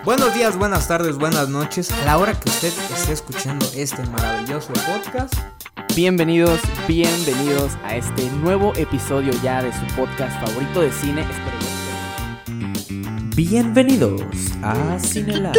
Buenos días, buenas tardes, buenas noches. A la hora que usted esté escuchando este maravilloso podcast. Bienvenidos a este nuevo episodio ya de su podcast favorito de cine. Bienvenidos a Cinelabs.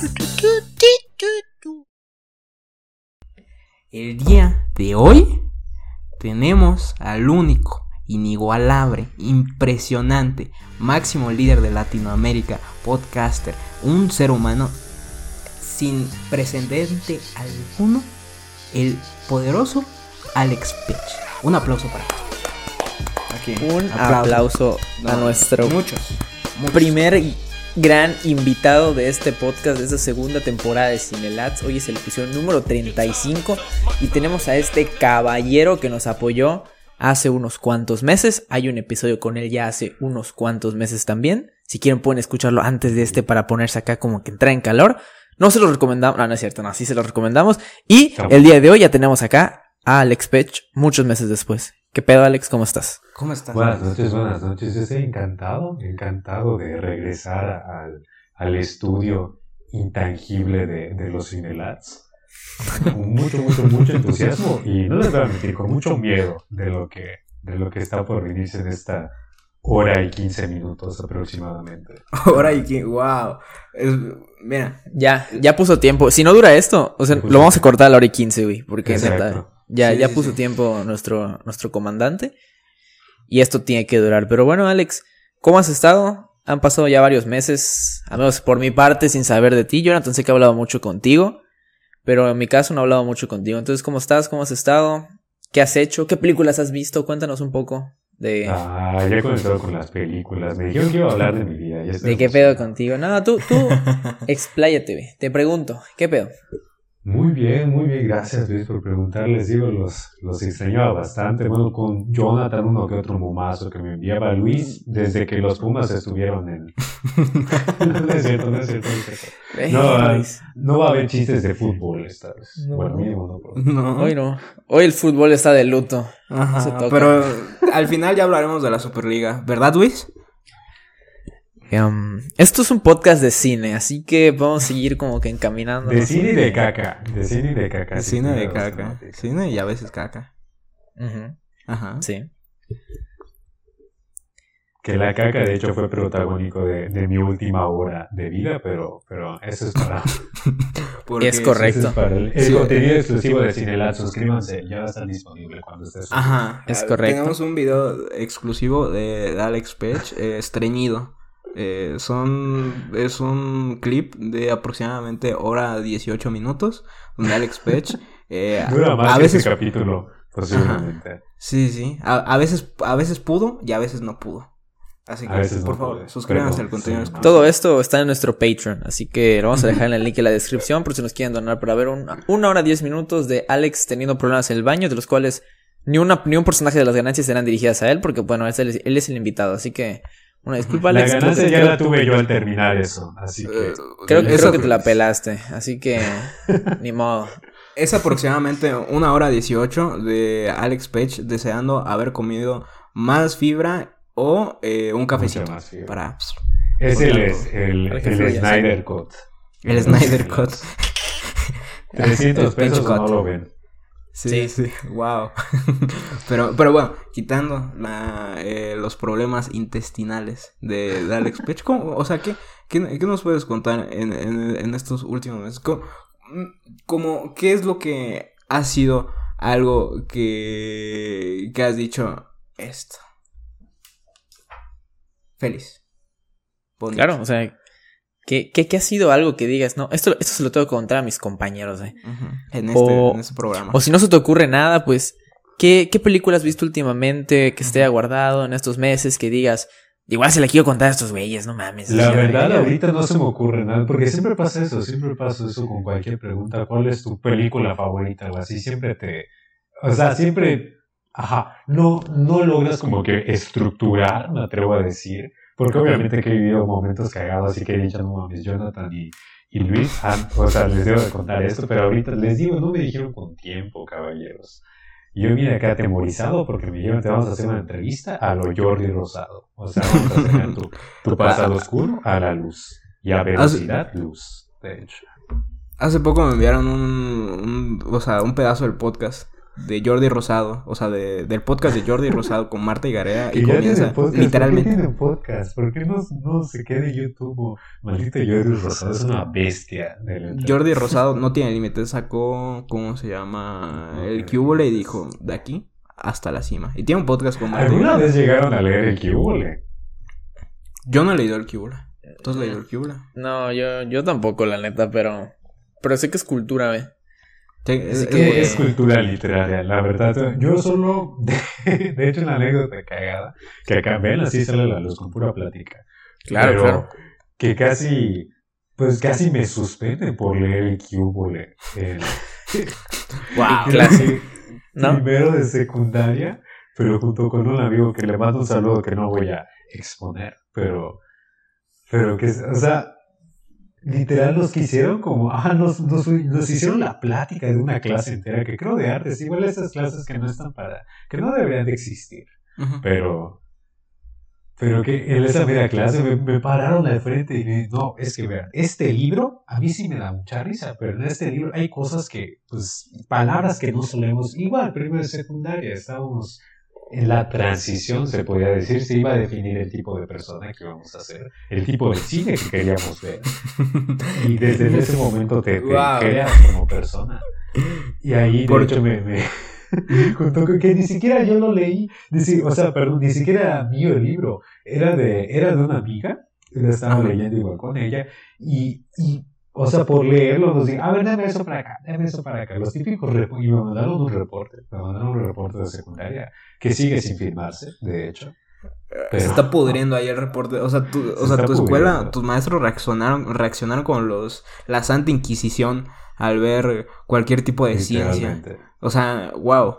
El día de hoy tenemos al único, inigualable, impresionante, máximo líder de Latinoamérica, podcaster, un ser humano sin precedente alguno, el poderoso Alex Pech. Un aplauso para él. Un aplauso a nuestro muchos. primer gran invitado de este podcast, de esta segunda temporada de Cinelabs. Hoy es el episodio número 35 y tenemos a este caballero que nos apoyó hace unos cuantos meses. Hay un episodio con él ya hace unos cuantos meses también. Si quieren pueden escucharlo antes de este para ponerse acá como que entrar en calor. No se los recomendamos, no es cierto, no, sí se los recomendamos. Y el día de hoy ya tenemos acá a Alex Pech muchos meses después. ¿Qué pedo, Alex? ¿Cómo estás? ¿Cómo estás? Buenas noches. Yo estoy encantado de regresar al estudio intangible de los Cinelabs. Con mucho entusiasmo y no les voy a mentir, con mucho miedo de lo que está por venirse en esta hora y 15 minutos aproximadamente. Hora y 15, wow. Mira, ya puso tiempo. Si no dura esto, o sea, lo vamos a cortar a la hora y 15, güey, porque neta, ya puso tiempo nuestro comandante. Y esto tiene que durar. Pero bueno, Alex, ¿cómo has estado? Han pasado ya varios meses, al menos por mi parte, sin saber de ti. Jonathan, sé que he hablado mucho contigo, pero en mi caso no he hablado mucho contigo. Entonces, ¿cómo estás? ¿Cómo has estado? ¿Qué has hecho? ¿Qué películas has visto? Cuéntanos un poco de... ya he conectado con las películas. Me dijeron que iba a hablar de mi vida. ¿De qué pedo contigo? No, tú expláyate, güey. Te pregunto, ¿qué pedo? Muy bien, gracias Luis por preguntar. Les digo, los extrañaba bastante. Bueno, con Jonathan uno que otro momazo que me enviaba Luis desde que los Pumas estuvieron en... No es cierto. No va a haber chistes de fútbol esta vez. No. Bueno, mínimo no. Hoy no. Hoy el fútbol está de luto. Ajá, no se toca. pero al final ya hablaremos de la Superliga, ¿verdad, Luis? Esto es un podcast de cine, así que vamos a seguir como que encaminando. De cine y de caca. Cine y a veces caca. Uh-huh. Ajá. Sí. Que la caca de hecho fue protagónico de mi última hora de vida, pero eso es para... Es correcto. Eso es para el contenido exclusivo de Cinelabs. Suscríbanse, ya va a estar disponible cuando estés. Ajá. Es correcto. Tenemos un video exclusivo de Alex Pech, estreñido. Es un clip de aproximadamente hora 18 minutos donde Alex Pech dura más a que veces ese capítulo posiblemente. Ajá. Sí, a veces pudo y a veces no pudo, así que por favor suscríbanse al contenido exclusivo. Todo esto está en nuestro Patreon, así que lo vamos a dejar en el link en la descripción por si nos quieren donar para ver una hora 10 minutos de Alex teniendo problemas en el baño, de los cuales ni un porcentaje de las ganancias serán dirigidas a él, porque bueno, él es el invitado, así que una disculpa, Alex. La ganancia ya la tuve yo al terminar eso, así que... Creo que te la pelaste, así que ni modo. Es aproximadamente una hora 18 de Alex Pech deseando haber comido más fibra o un cafecito para... Es el Snyder Cut. El Snyder Cut. 300 pesos no lo ven. Sí, wow. pero bueno, quitando los problemas intestinales de Alex Pech, o sea, ¿qué nos puedes contar en estos últimos meses? ¿Qué es lo que ha sido algo que has dicho esto? Feliz. Bonito. Claro, o sea, ¿qué ha sido algo que digas? No, esto se lo tengo que contar a mis compañeros, Uh-huh. En este programa. O si no se te ocurre nada, pues, ¿qué película has visto últimamente que esté guardado en estos meses que digas, igual se la quiero contar a estos güeyes, no mames? La verdad, ahorita no se me ocurre nada, porque siempre pasa eso con cualquier pregunta. ¿Cuál es tu película favorita? O así, no logras como que estructurar, me atrevo a decir. Porque obviamente que he vivido momentos cagados, así que he dicho, no mames, Jonathan y Luis, les debo de contar esto, pero ahorita les digo, no me dijeron con tiempo, caballeros. Y yo vine acá atemorizado porque me dijeron, te vamos a hacer una entrevista a lo Jordi Rosado. O sea, vamos a sacar tu pasado oscuro a la luz. y a velocidad luz, de hecho. Hace poco me enviaron un pedazo del podcast de Jordi Rosado, o sea, del podcast de Jordi Rosado con Marta Higuera y comienza literalmente. ¿Por qué tiene podcast? ¿Por qué no se queda en YouTube? Maldito Jordi Rosado es una bestia. Jordi Rosado no tiene límites, sacó, ¿cómo se llama? El Cúbole y dijo, de aquí hasta la cima. Y tiene un podcast con Marta Higuera. ¿Alguna vez llegaron a leer el Cúbole? Yo no he leído el Cúbole. ¿Tú has leído el Cúbole? No, yo tampoco, la neta, pero sé que es cultura, ¿ve? Sí, es cultura literaria, la verdad. Yo solo, de hecho, una anécdota cagada, que acá ven, así sale la luz con pura plática. Claro. Que casi me suspenden por leer el Cúbole. Wow, clase. ¿No? Primero de secundaria, pero junto con un amigo que le mando un saludo que no voy a exponer, pero que, o sea, literal nos quisieron como, nos hicieron la plática de una clase entera, que creo de artes, igual esas clases que no están que no deberían de existir, pero que en esa media clase me pararon al frente y me dijeron, no, es que vean, este libro, a mí sí me da mucha risa, pero en este libro hay cosas que, pues, palabras que no solemos, igual, primero de secundaria, estábamos en la transición, se podía decir, se iba a definir el tipo de persona que íbamos a hacer, el tipo de cine que queríamos ver. Y desde ese momento te creas como persona. Y ahí, de hecho, me contó que ni siquiera yo lo leí, ni siquiera era mío el libro, era de una amiga, lo estaba leyendo igual con ella, y o sea, por leerlo nos dijeron, a ver, dame eso para acá, los típicos y me mandaron un reporte de secundaria, que sigue sin firmarse, de hecho. Se está pudriendo ahí el reporte, o sea, tu escuela, tus maestros reaccionaron con la Santa Inquisición al ver cualquier tipo de ciencia. O sea, wow.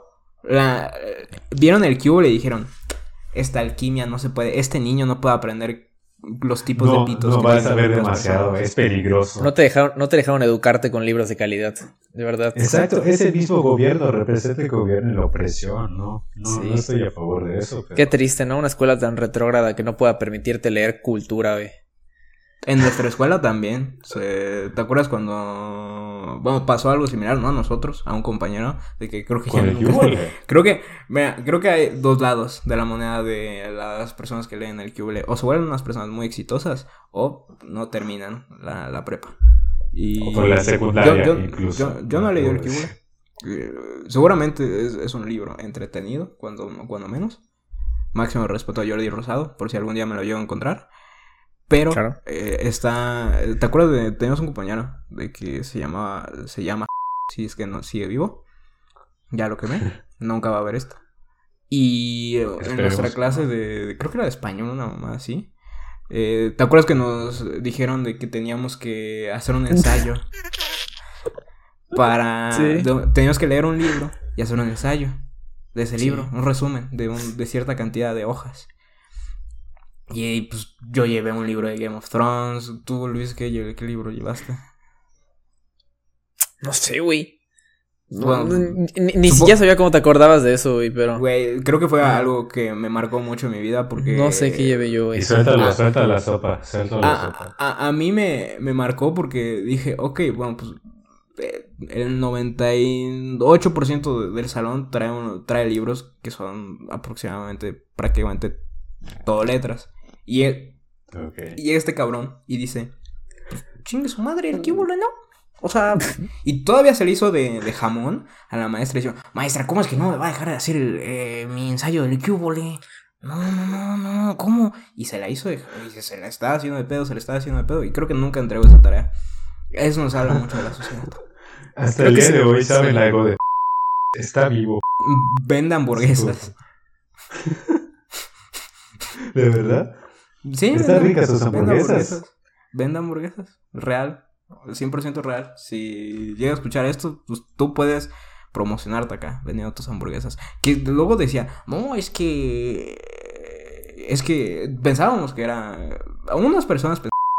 Vieron el cubo y le dijeron, esta alquimia no se puede, este niño no puede aprender los tipos de pitos. No vas a ver demasiado, es peligroso. No te dejaron educarte con libros de calidad, de verdad. Exacto, ese mismo gobierno representa el gobierno y la opresión, ¿no? No estoy a favor de eso. Pero... Qué triste, ¿no? Una escuela tan retrógrada que no pueda permitirte leer cultura, ve. En nuestra escuela también. ¿Te acuerdas cuando pasó algo similar, no a nosotros, a un compañero? De que creo que creo que hay dos lados de la moneda de las personas que leen el QL. O se vuelven unas personas muy exitosas o no terminan la prepa. O con la secundaria incluso. Yo no he leído el QL. Seguramente es un libro entretenido, cuando menos. Máximo respeto a Jordi Rosado, por si algún día me lo llego a encontrar. Pero claro. ¿Te acuerdas teníamos un compañero de que se llama si es que no sigue vivo? Ya lo quemé, nunca va a ver esto. Y en nuestra clase creo que era de español, una mamá así. ¿Te acuerdas que nos dijeron de que teníamos que hacer un ensayo? Teníamos que leer un libro y hacer un ensayo de ese libro, un resumen de cierta cantidad de hojas. Y pues yo llevé un libro de Game of Thrones. ¿Tú, Luis, qué libro llevaste? No sé, güey. Ni siquiera sabía cómo te acordabas de eso, güey, pero... Güey, creo que fue algo que me marcó mucho en mi vida porque... No sé qué llevé yo, güey. Y suelta la sopa. A mí me marcó porque dije, ok, bueno, pues... El 98% del salón trae libros que son prácticamente todo letras. Y este cabrón, y dice, pues, chingue su madre, el kíbolo, ¿no? O sea, y todavía se le hizo de jamón a la maestra y dijo, maestra, ¿cómo es que no me va a dejar de hacer mi ensayo del kíbolo? No, ¿cómo? Y se la hizo y se la estaba haciendo de pedo, y creo que nunca entregó esa tarea. Eso nos habla mucho de la sociedad. Hasta el día de hoy saben algo de... Está vivo. Vende hamburguesas. ¿De verdad? Sí. Están ricas sus hamburguesas. Vende hamburguesas. Real. 100% real. Si llega a escuchar esto, pues tú puedes promocionarte acá vendiendo tus hamburguesas. Que luego decía, no, es que pensábamos que era... Algunas personas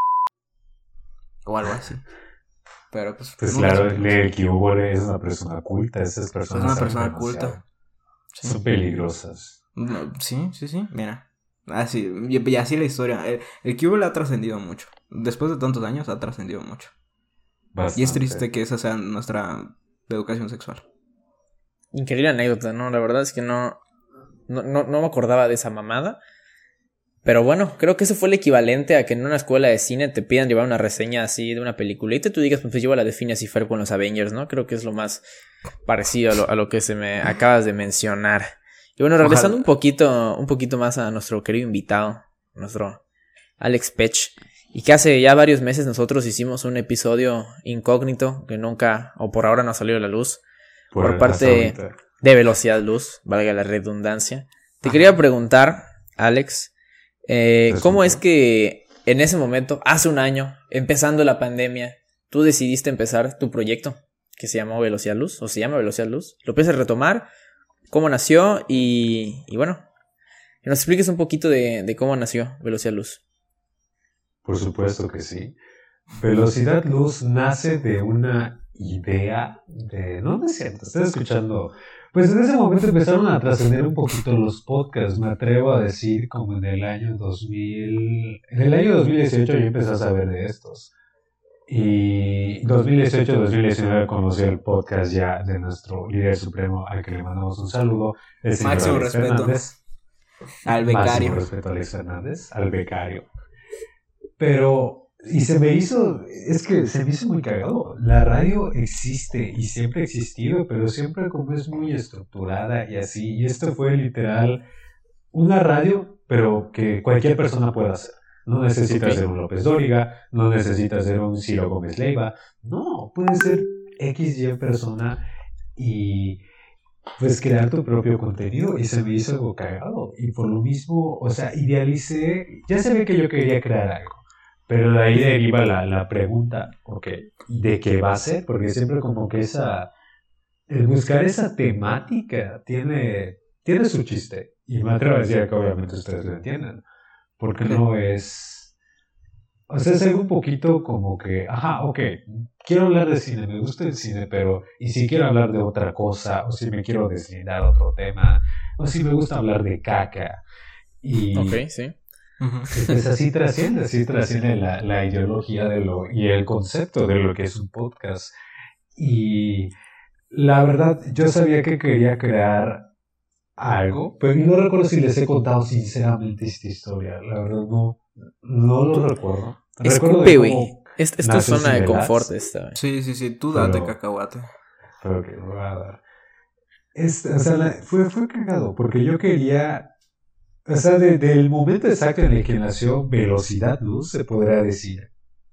o algo así. Pero pues claro, el Kyubore es una persona culta. Esas personas es una persona culta. Sí. Son peligrosas. Sí. Mira. Así, y así la historia. El Kyubole ha trascendido mucho. después de tantos años, ha trascendido mucho. Bastante. Y es triste que esa sea nuestra educación sexual. Increíble anécdota, ¿no? La verdad es que no me acordaba de esa mamada. Pero bueno, creo que eso fue el equivalente a que en una escuela de cine te pidan llevar una reseña así de una peliculita y tú digas, pues llevo la de Phineas y Ferb con los Avengers, ¿no? Creo que es lo más parecido a lo que se me acabas de mencionar. Y bueno, regresando un poquito más a nuestro querido invitado, nuestro Alex Pech, y que hace ya varios meses nosotros hicimos un episodio incógnito que nunca, o por ahora no salió a la luz, por parte de Velocidad Luz, valga la redundancia. Te quería preguntar, Alex, ¿cómo es que en ese momento, hace un año, empezando la pandemia, tú decidiste empezar tu proyecto que se llamó Velocidad Luz, o se llama Velocidad Luz? ¿Lo piensas retomar? ¿Cómo nació? Y bueno, que nos expliques un poquito de cómo nació Velocidad Luz. Por supuesto que sí. Velocidad Luz nace de una idea de... No es cierto, estoy escuchando... Pues en ese momento empezaron a trascender un poquito los podcasts, me atrevo a decir como en el año 2000... En el año 2018 yo empecé a saber de estos. Y 2018-2019 conocí el podcast ya de nuestro líder supremo, al que le mandamos un saludo, el señor Máximo Alex respeto. Fernández. Al becario. Máximo respeto a Alex Fernández, al becario. Pero, y se me hizo muy cagado. La radio existe y siempre ha existido, pero siempre como es muy estructurada y así. Y esto fue literal una radio, pero que cualquier persona puede hacer. No necesitas ser un López Dóriga, no necesitas ser un Ciro Gómez Leiva. No, puedes ser XY persona y pues crear tu propio contenido. Y se me hizo algo cagado. Y por lo mismo, o sea, idealicé, ya sabía que yo quería crear algo. Pero de ahí deriva la pregunta, ok, ¿de qué va a ser? Porque siempre como que el buscar esa temática tiene su chiste. Y me atrevo a decir que obviamente ustedes lo entienden. Porque no es... O sea, es algo un poquito como que, ok, quiero hablar de cine, me gusta el cine, pero... Y si quiero hablar de otra cosa, o si me quiero deslindar otro tema, o si me gusta hablar de caca. Y... Ok, sí. Pues así trasciende la ideología y el concepto de lo que es un podcast. Y la verdad, yo sabía que quería crear algo, pero no recuerdo si les he contado sinceramente esta historia. La verdad no lo recuerdo. Escupe, güey. Es tu zona de confort esta, güey. Sí, tú date cacahuate. Pero que me va a dar. O sea, fue cagado, porque yo quería... O sea, del momento exacto en el que nació Velocidad Luz, se podría decir,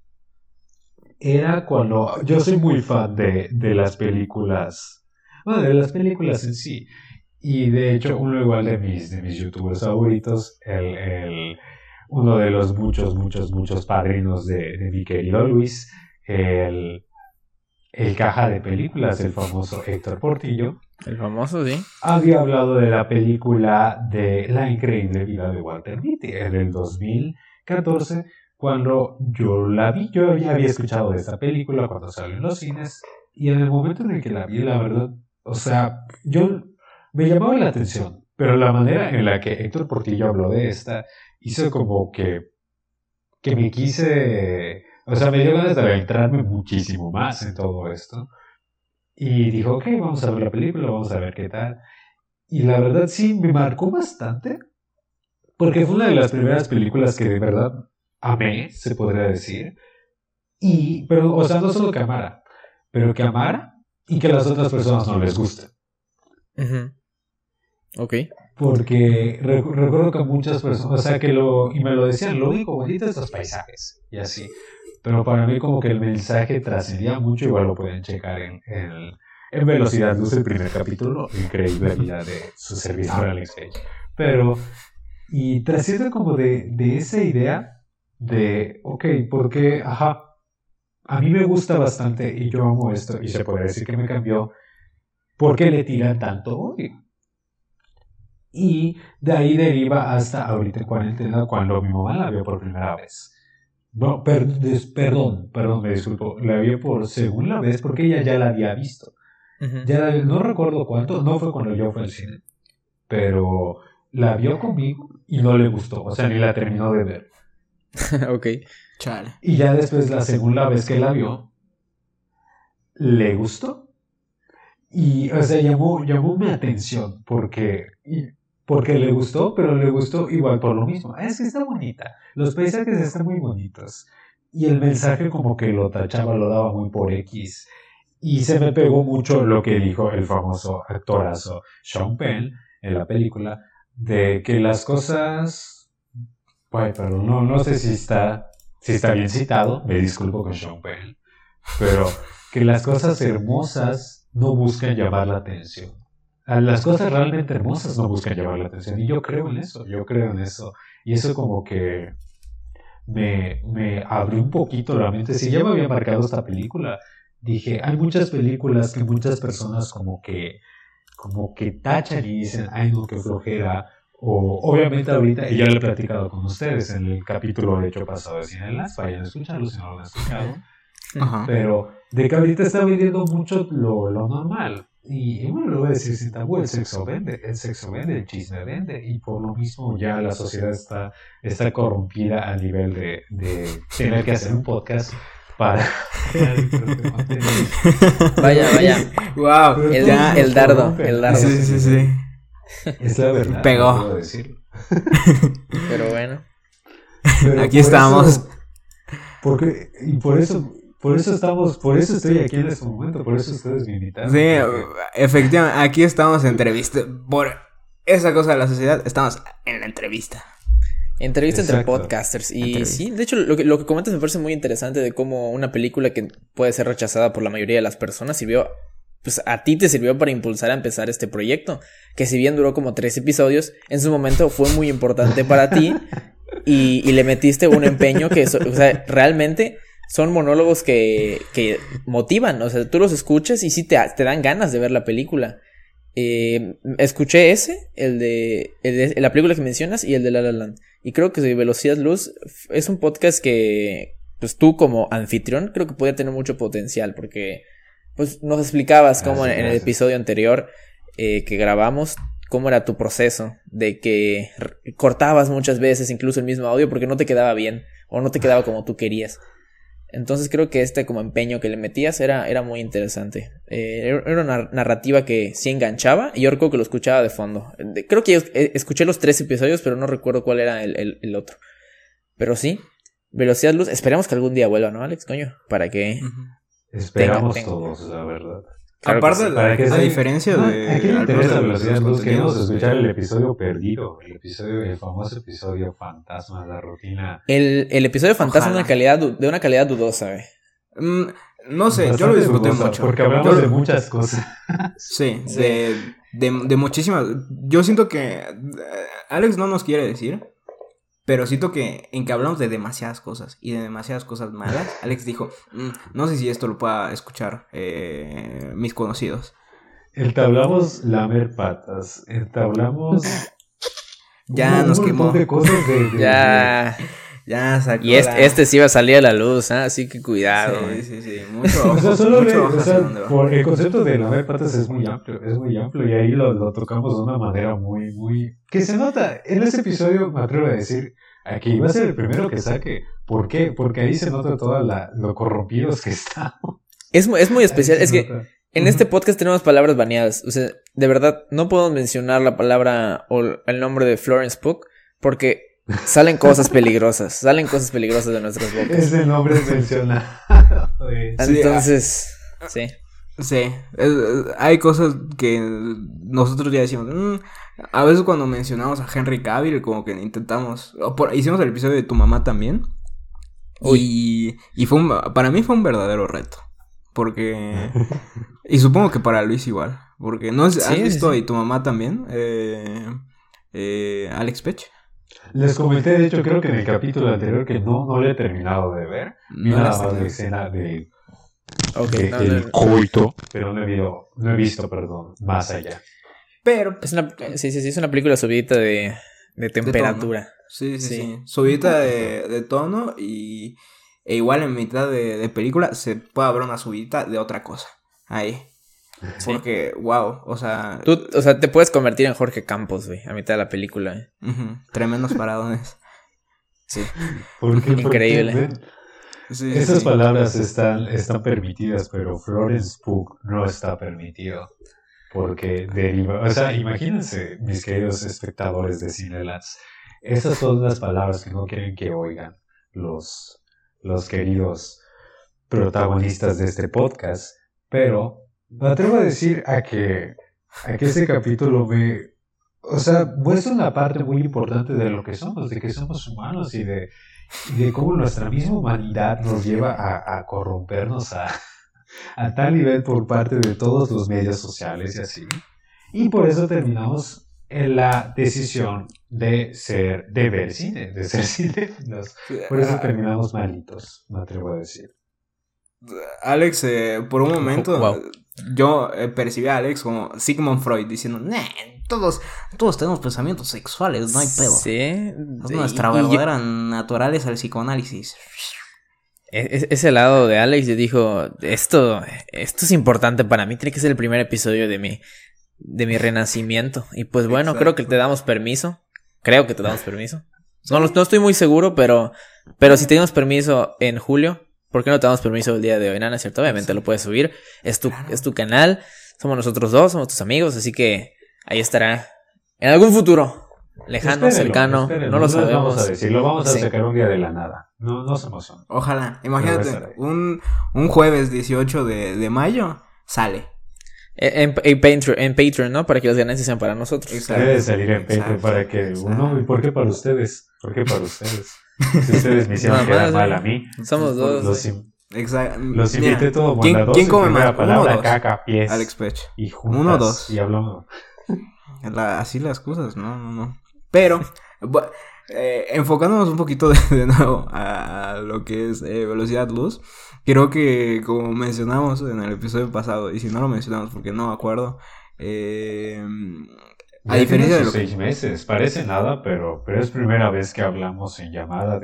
era cuando... Yo soy muy fan de las películas, bueno, de las películas en sí, y de hecho uno igual de mis youtubers favoritos, uno de los muchos padrinos de mi querido Luis, el caja de películas, el famoso Héctor Portillo. El famoso, sí. Había hablado de la película de La increíble vida de Walter Mitty en el 2014, cuando yo la vi. Yo ya había escuchado de esta película cuando salió en los cines, y en el momento en el que la vi, la verdad, o sea, me llamaba la atención, pero la manera en la que Héctor Portillo habló de esta hizo como que me quise, o sea, me dio ganas de adentrarme muchísimo más en todo esto. Y dijo, ok, vamos a ver la película, vamos a ver qué tal. Y la verdad sí, me marcó bastante, porque fue una de las primeras películas que de verdad amé, se podría decir. Pero, o sea, no solo que amara, pero que amara y que a las otras personas no les guste. Ok. Porque recuerdo que muchas personas, o sea, y me lo decían, lo único bonito es los paisajes, y así. Pero para mí como que el mensaje trascendía mucho, igual lo pueden checar en Velocidad Luz, el primer capítulo, increíble vida de su servidor Alex Page. Pero, y trasciende como de esa idea de, ok, porque, a mí me gusta bastante y yo amo esto, y se puede decir que me cambió, ¿por qué le tiran tanto odio? Y de ahí deriva hasta ahorita en cuarentena, cuando mi mamá la vio por primera vez. No, perdón, me disculpo. La vi por segunda vez porque ella ya la había visto. No recuerdo cuánto, no fue cuando yo fui al cine, pero la vio conmigo y no le gustó, o sea, ni la terminó de ver. Ok. Chale. Y ya después, la segunda vez que la vio, le gustó. Y, o sea, llamó mi atención porque le gustó, pero le gustó igual por lo mismo. Es que está bonita. Los paisajes están muy bonitos. Y el mensaje como que lo tachaba, lo daba muy por X. Y se me pegó mucho lo que dijo el famoso actorazo Sean Penn en la película, de que las cosas... Ay, perdón, no sé si está bien citado, me disculpo con Sean Penn, pero que las cosas hermosas no buscan llamar la atención. Las cosas realmente hermosas no buscan llamar la atención. Y yo creo en eso. Y eso como que me abrió un poquito la mente. Si ya me había marcado esta película, dije, hay muchas películas que muchas personas como que tachan y dicen, ay no, qué flojera. O obviamente ahorita, y ya lo he platicado con ustedes en el capítulo de hecho pasado de Cinelas, vayan a escucharlo si no lo han escuchado. Ajá. Pero de que ahorita está vendiendo mucho lo normal. Y bueno, lo voy a decir sin tabú, el sexo vende, el chisme vende. Y por lo mismo ya la sociedad está corrompida a nivel de tener que hacer un podcast para... Vaya. Wow. El dardo. Sí. Es la verdad. Pegó. No puedo decirlo. Pero bueno. Pero aquí estamos. Por eso estoy aquí en este momento, por eso ustedes me invitaron. Sí, efectivamente, aquí estamos en entrevista. Por esa cosa de la sociedad, estamos en la entrevista. Entrevista entre Exacto. podcasters. Y sí, de hecho, lo que comentas me parece muy interesante de cómo una película que puede ser rechazada por la mayoría de las personas sirvió, pues a ti te sirvió para impulsar a empezar este proyecto, que si bien duró como 3 episodios, en su momento fue muy importante para ti y le metiste un empeño que, o sea, realmente son monólogos que motivan, o sea, tú los escuchas y sí te dan ganas de ver la película. Escuché el de la película que mencionas y el de La La Land. Y creo que Velocidad Luz es un podcast que, pues tú como anfitrión, creo que podía tener mucho potencial porque, pues nos explicabas cómo en el episodio anterior que grabamos, cómo era tu proceso de que cortabas muchas veces incluso el mismo audio porque no te quedaba bien o no te quedaba como tú querías. Entonces creo que este como empeño que le metías era muy interesante. Era una narrativa que sí enganchaba y yo recuerdo que lo escuchaba de fondo. Creo que yo escuché los 3 episodios, pero no recuerdo cuál era el otro. Pero sí, Velocidad Luz. Esperemos que algún día vuelva, ¿no, Alex? Coño, para que... Esperamos todos, la verdad. Claro. Aparte, a diferencia de... ¿A quién le interesa Velocidad Luz? Queremos escuchar el episodio perdido, el famoso episodio fantasma, la rutina. El episodio fantasma de una calidad dudosa, no sé, yo lo disfruté dudosa, mucho. Porque hablamos de muchas cosas. Sí, de muchísimas. Yo siento que Alex no nos quiere decir, pero siento que en que hablamos de demasiadas cosas y de demasiadas cosas malas, Alex dijo, no sé si esto lo pueda escuchar mis conocidos. Entablamos lamer patas, entablamos... Ya nos quemó. Un montón de cosas Ya sacó. Y este sí va a salir a la luz, así que cuidado. Sí, mucho. Por el concepto de lamer patas es muy amplio y ahí lo tocamos de una manera muy... Que se nota, en ese episodio me atrevo a decir, aquí va a ser el primero que saque. ¿Por qué? Porque ahí se nota todo lo corrompidos que estamos. Es muy especial, es que en este podcast tenemos palabras baneadas, o sea, de verdad, no podemos mencionar la palabra o el nombre de Florence Pugh porque... Salen cosas peligrosas de nuestras bocas. Ese nombre es mencionado. Entonces, sí. Hay cosas que nosotros ya decimos. A veces cuando mencionamos a Henry Cavill, como que intentamos. Hicimos el episodio de tu mamá también. Y para mí fue un verdadero reto. Porque. Y supongo que para Luis igual. Porque no has visto y tu mamá también. Alex Pech. Les comenté, de hecho, creo que en el capítulo anterior que no lo he terminado de ver. Vi nada más la escena del coito, pero no he visto, más allá. Pero es una película subidita de temperatura. Sí. Subidita de tono e igual en mitad de película se puede haber una subidita de otra cosa. Ahí. Sí. Porque, wow, o sea... Tú, te puedes convertir en Jorge Campos, güey, a mitad de la película. Tremendos paradones. Sí. Porque Increíble. Sí, esas sí. palabras están permitidas, pero Florence Pugh no está permitido. Porque deriva, o sea, imagínense, mis queridos espectadores de Cinelats, esas son las palabras que no quieren que oigan los queridos protagonistas de este podcast, pero me atrevo a decir a que este capítulo muestra una parte muy importante de lo que somos, de que somos humanos y de cómo nuestra misma humanidad nos lleva a corrompernos a tal nivel por parte de todos los medios sociales y así. Y por eso terminamos en la decisión de ver cine, de ser cinéfilos. Por eso terminamos malitos, me atrevo a decir. Alex, por un momento, Wow. yo percibí a Alex como Sigmund Freud diciendo, "Nah, todos tenemos pensamientos sexuales, no hay pedo. Sí. Nuestra verdadera naturaleza es el psicoanálisis." Ese lado de Alex dijo, esto es importante para mí, tiene que ser el primer episodio de mi renacimiento. Y pues bueno, Exacto. creo que te damos permiso. No estoy muy seguro, pero si tenemos permiso en julio, ¿por qué no te damos permiso el día de hoy? No, no es cierto, obviamente lo puedes subir. Es tu canal, somos nosotros dos, somos tus amigos, así que ahí estará. En algún futuro, lejano, Espérenlo, cercano, espérenlo, no lo les sabemos. Vamos a decir, lo vamos a Sí. sacar un día de la nada. No se emocionen. Ojalá, Pero va a imagínate, estar ahí. un jueves 18 de mayo sale. En Patreon, ¿no? Para que las ganancias sean para nosotros. Exacto. Debe salir en Patreon Exacto, para que exacto. uno... ¿Y por qué para ustedes? ¿Por qué para ustedes? Si ustedes me hicieron Nada quedar más, mal ¿no? a mí. Somos dos. Los Los invité todo ¿quién bondadosos. come más? Primera ¿Uno o palabra, dos? caca, pies. Alex Pech. Y juntas. 1 o 2. Y hablamos. Así las cosas, no. Pero, enfocándonos un poquito de nuevo a lo que es velocidad luz, creo que como mencionamos en el episodio pasado, y si no lo mencionamos porque no me acuerdo, a Ya diferencia de tiene lo sus que... 6 meses. Parece nada, pero es primera vez que hablamos en llamada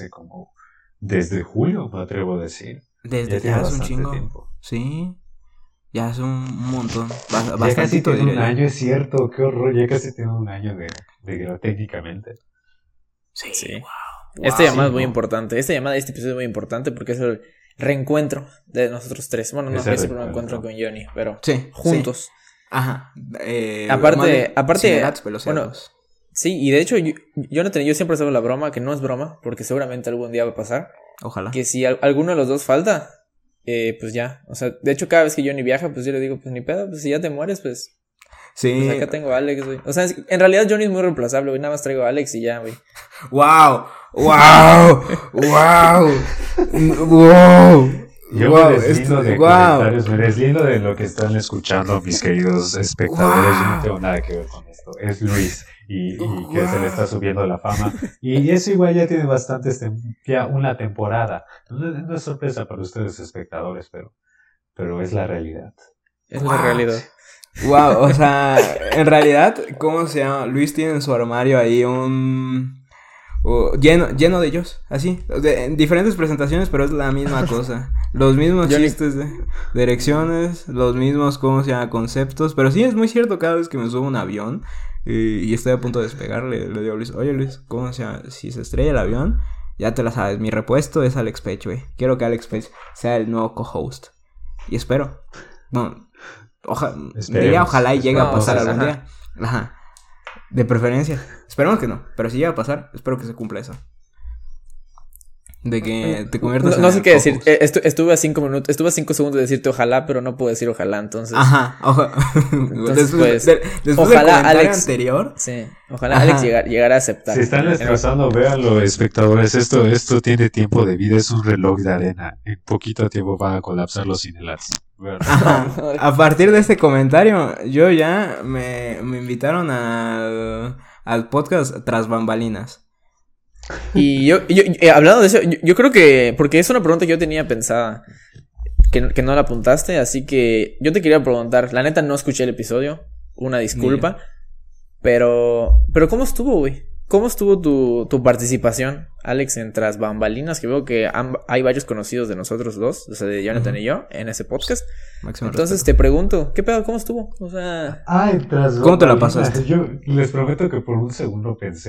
desde julio, me atrevo a decir. Desde tiene ya hace un bastante chingo. tiempo. Sí, ya hace un montón. Ya casi Bastantito, tiene un diría yo. año, es cierto, qué horror, ya casi tiene un año de técnicamente. Sí, Sí. wow. Esta llamada sí, es muy ¿no? importante. Este episodio es muy importante porque es el reencuentro de nosotros tres. Bueno, no, Es yo el siempre me reencuentro. encuentro con Johnny, pero Sí, juntos. sí. Ajá. Aparte, Cinerats, velocidades. Sí, y de hecho, yo siempre hago la broma, que no es broma, porque seguramente algún día va a pasar, Ojalá. que si alguno de los dos falta, pues ya. O sea, de hecho, cada vez que Johnny viaja, pues yo le digo, pues ni pedo, pues si ya te mueres, pues Sí. acá tengo a Alex, güey. O sea, en realidad Johnny es muy reemplazable, güey. Nada más traigo a Alex y ya, güey. ¡Wow! ¡Wow! ¡Wow! ¡Wow! Yo Wow, me deslindo de wow. comentarios, me deslindo de lo que están escuchando mis queridos espectadores. Yo no tengo nada que ver con esto. Es Luis y que se le está subiendo la fama. Y eso igual ya tiene ya una temporada. No es sorpresa para ustedes espectadores, pero es la realidad. Es Wow. la realidad. Wow, o sea, en realidad, ¿cómo se llama? Luis tiene en su armario ahí lleno de ellos, así, en diferentes presentaciones, pero es la misma cosa. Los mismos chistes de erecciones, los mismos, ¿cómo se llama? Conceptos, pero sí es muy cierto, cada vez que me subo a un avión y estoy a punto de despegar, le digo a Luis, oye Luis, ¿cómo se llama? Si se estrella el avión, ya te la sabes, mi repuesto es Alex Pech, güey. Quiero que Alex Pech sea el nuevo co-host. Y espero, bueno, ojalá y llegue a pasar algún día. Ajá. De preferencia. Esperemos que no. Pero si llega a pasar, espero que se cumpla eso. De que te conviertas No en sé el qué decir. co-host. Estuve a 5 minutos. Estuve a 5 segundos de decirte ojalá, pero no puedo decir ojalá, entonces. Ajá. Entonces, Después del ojalá comentario Alex anterior. Sí. Ojalá Ajá. Alex llegara a aceptar. Si están estresando, véanlo, espectadores. Esto tiene tiempo de vida, es un reloj de arena. En poquito tiempo van a colapsar los Cinelats. Ajá. A partir de este comentario, yo ya me invitaron al podcast Tras Bambalinas. Y yo hablando de eso, yo creo que, porque es una pregunta que yo tenía pensada, que no la apuntaste, así que yo te quería preguntar, la neta no escuché el episodio, una disculpa, pero ¿cómo estuvo, güey? ¿Cómo estuvo tu participación, Alex, en Tras Bambalinas? Que veo que hay varios conocidos de nosotros dos, o sea, de Jonathan y yo, en ese podcast. Máximo Entonces respeto. te pregunto, ¿qué pedo? ¿Cómo estuvo? O sea... Ay, ¿Cómo te la pasaste? Yo les prometo que por un segundo pensé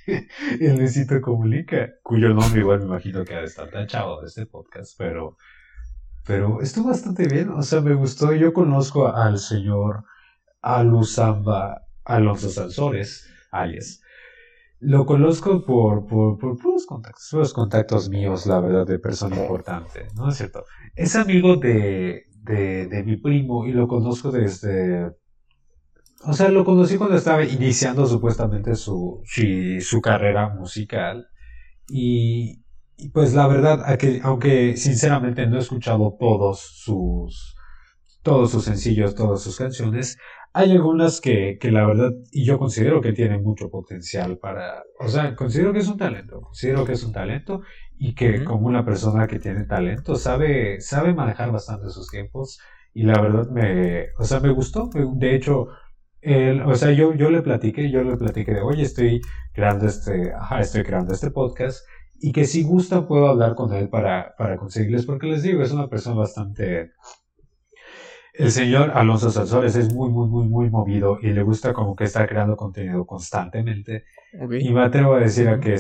el Luisito Comunica, cuyo nombre igual me imagino que ha de estar tachado de este podcast, pero estuvo bastante bien, o sea, me gustó. Yo conozco al señor Alusamba Alonso Sansores, alias. Lo conozco por puros contactos míos, la verdad, de persona importante, ¿no es cierto? Es amigo de mi primo y lo conozco desde... O sea, lo conocí cuando estaba iniciando supuestamente su carrera musical. Y pues la verdad, aunque sinceramente no he escuchado todos sus sencillos, todas sus canciones, hay algunas que la verdad, y yo considero que tienen mucho potencial o sea, considero que es un talento y que como una persona que tiene talento sabe manejar bastante sus tiempos y la verdad me gustó. De hecho, o sea, yo le platiqué de, oye, estoy creando este podcast y que si gusta puedo hablar con él para conseguirles, porque les digo, es una persona bastante... El señor Alonso Sansores es muy, muy, muy, muy movido y le gusta como que estar creando contenido constantemente. Okay. Y me atrevo a decir a que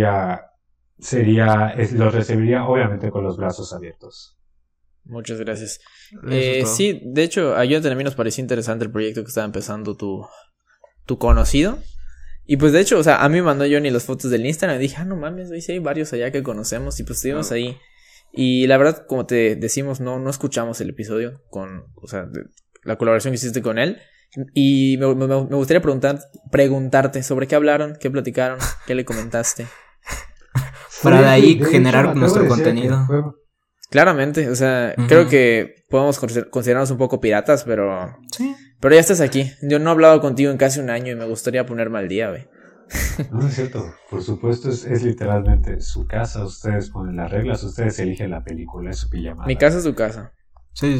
lo recibiría obviamente con los brazos abiertos. Muchas gracias. Sí, de hecho, a Jonathan a mí nos pareció interesante el proyecto que estaba empezando tu conocido. Y pues de hecho, o sea, a mí me mandó Johnny las fotos del Instagram y dije, no mames, sí hay varios allá que conocemos y pues estuvimos ahí. Y la verdad, como te decimos, no escuchamos el episodio o sea, la colaboración que hiciste con él. Y me gustaría preguntarte sobre qué hablaron, qué platicaron, qué le comentaste. Para de ahí generar nuestro contenido. Claramente, o sea, creo que podemos considerarnos un poco piratas, pero... Sí. Pero ya estás aquí. Yo no he hablado contigo en casi un año y me gustaría ponerme al día, güey. No es cierto, por supuesto es literalmente su casa, ustedes ponen las reglas, ustedes eligen la película, es su pijamada. Mi casa es tu casa. Sí.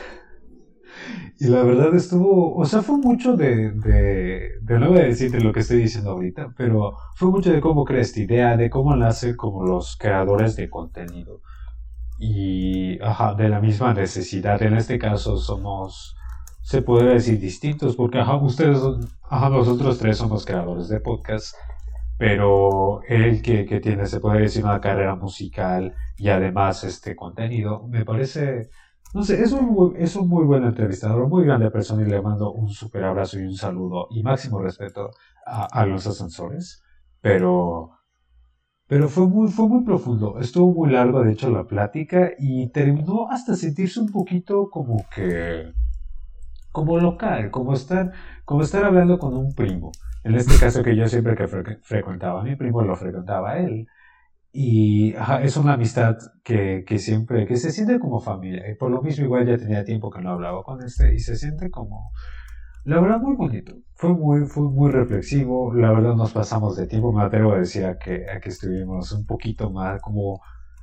Y la verdad estuvo, o sea, fue mucho no voy a decirte lo que estoy diciendo ahorita, pero fue mucho de cómo crea esta idea, de cómo nace como los creadores de contenido. Y, de la misma necesidad, en este caso se podría decir distintos, porque nosotros tres somos creadores de podcast, pero él que tiene, se puede decir, una carrera musical y además este contenido, me parece, no sé, es un muy buen entrevistador, muy grande persona, y le mando un súper abrazo y un saludo y máximo respeto a los ascensores, pero fue muy profundo, estuvo muy largo de hecho la plática y terminó hasta sentirse un poquito como local, como estar hablando con un primo. En este caso que yo siempre que frecuentaba a mi primo, lo frecuentaba a él. Y es una amistad que se siente como familia. Y por lo mismo igual ya tenía tiempo que no hablaba con y se siente como, la verdad, muy bonito. Fue muy reflexivo. La verdad nos pasamos de tiempo. Me atrevo a decir a que estuvimos un poquito más como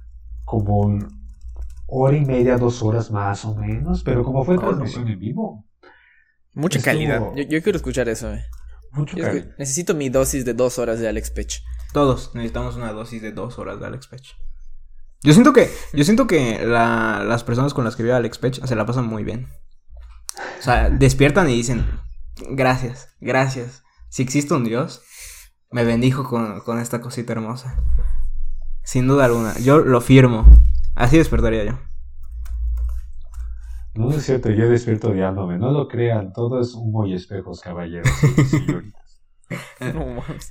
hora y media, 2 horas más o menos. Pero como fue transmisión en vivo. Mucha calidad. Yo quiero escuchar eso, Mucha calidad. Necesito mi dosis de 2 horas de Alex Pech. Todos necesitamos una dosis de 2 horas de Alex Pech. Yo siento que las personas con las que vive Alex Pech se la pasan muy bien. O sea, despiertan y dicen, gracias. Si existe un Dios, me bendijo con esta cosita hermosa. Sin duda alguna. Yo lo firmo. Así despertaría yo. No es cierto, yo despierto odiándome. No lo crean, todo es humo y espejos, caballeros y señoritas. No mames.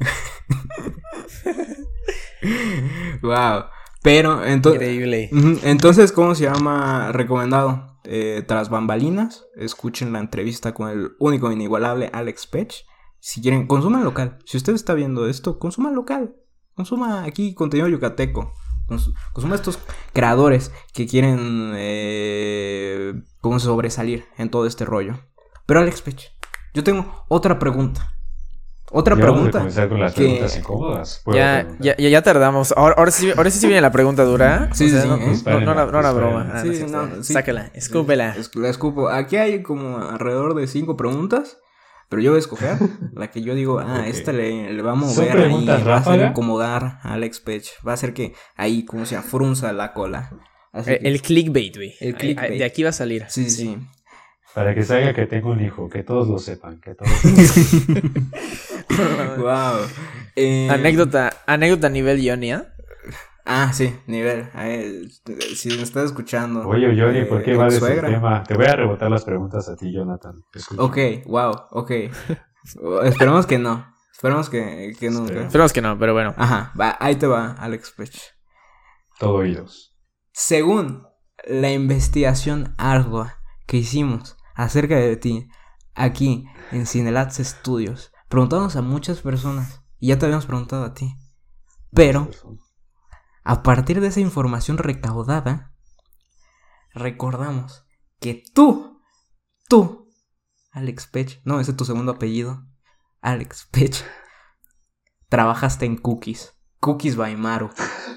Wow. Pero increíble. Entonces, ¿cómo se llama? Recomendado. Tras bambalinas, escuchen la entrevista con el único e inigualable Alex Pech. Si quieren, consuman local. Si usted está viendo esto, consuman local. Consuma aquí contenido yucateco. Consuma estos creadores que quieren como sobresalir en todo este rollo. Pero Alex Pech, yo tengo otra pregunta. Vamos a comenzar con las preguntas incómodas. Ya tardamos. Ahora sí viene la pregunta dura. Sí, o sea, sí. No era broma. Sí. Sácala, escúpela. La escupo. Aquí hay como alrededor de 5 preguntas. Pero yo voy a escoger la que yo digo, okay. Esta le va a mover y va a hacer incomodar a Alex Pech. Va a hacer que ahí, como se frunza la cola. El clickbait, güey. De aquí va a salir. Sí. Para que salga que tengo un hijo, que todos lo sepan. Wow. Anécdota a nivel Johnny, ¿eh? Ah, sí, nivel. Si me estás escuchando. Oye, Johnny, ¿por qué vales el suegra. tema? Te voy a rebotar las preguntas a ti, Jonathan. Escucha. Ok, wow, ok. Esperemos que no. Esperemos que nunca. Esperemos que no, pero bueno. Ajá, ahí te va, Alex Pech. Todo oídos. Según la investigación ardua que hicimos acerca de ti aquí en Cinelats Studios, preguntamos a muchas personas y ya te habíamos preguntado a ti. Pero a partir de esa información recaudada, recordamos que tú, Alex Pech, no, ese es tu segundo apellido, Alex Pech, trabajaste en Cookies by Maru.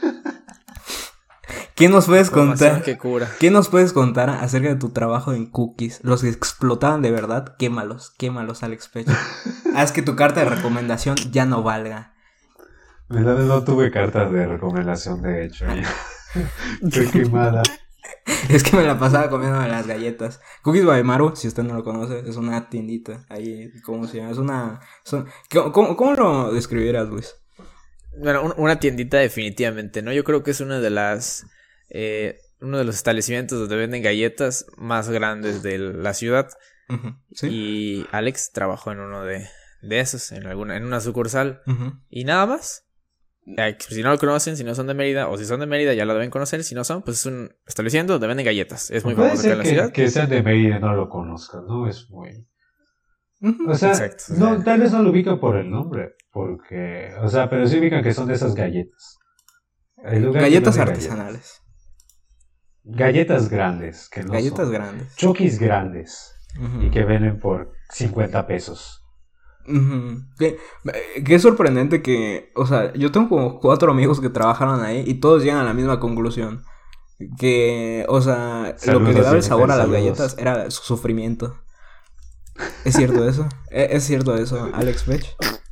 ¿Qué nos puedes contar? Qué cura. ¿Qué nos puedes contar acerca de tu trabajo en Cookies? Los que explotaban de verdad, quémalos, Alex Pech. Haz que tu carta de recomendación ya no valga. No tuve cartas de recomendación, de hecho. Qué quemada. Es que me la pasaba comiéndome las galletas. Cookies by Maru, si usted no lo conoce, es una tiendita ahí, ¿cómo se llama? ¿Cómo lo describieras, Luis? Bueno, una tiendita definitivamente, ¿no? Yo creo que es uno de los establecimientos donde venden galletas más grandes de la ciudad. Uh-huh. ¿Sí? Y Alex trabajó en uno de esos, en una sucursal. Uh-huh. Y nada más. Si no lo conocen, si no son de Mérida, o si son de Mérida ya lo deben conocer, si no son, pues es un establecimiento donde venden galletas. Es muy famoso acá en la ciudad. Que sean de Mérida no lo conozcan, ¿no? Es muy... O sea, exacto, no, tal vez no lo ubican por el nombre, porque... O sea, pero sí ubican que son de esas galletas. Galletas artesanales. Galletas grandes, que no galletas son. Grandes. Chokis grandes. Uh-huh. Y que venden por 50 pesos. Uh-huh. Qué sorprendente que, o sea, yo tengo como 4 amigos que trabajaron ahí y todos llegan a la misma conclusión. Que, o sea, saludos, lo que le daba el sabor a las saludos. galletas era su sufrimiento. ¿Es cierto eso? ¿Es cierto eso, Alex Pech?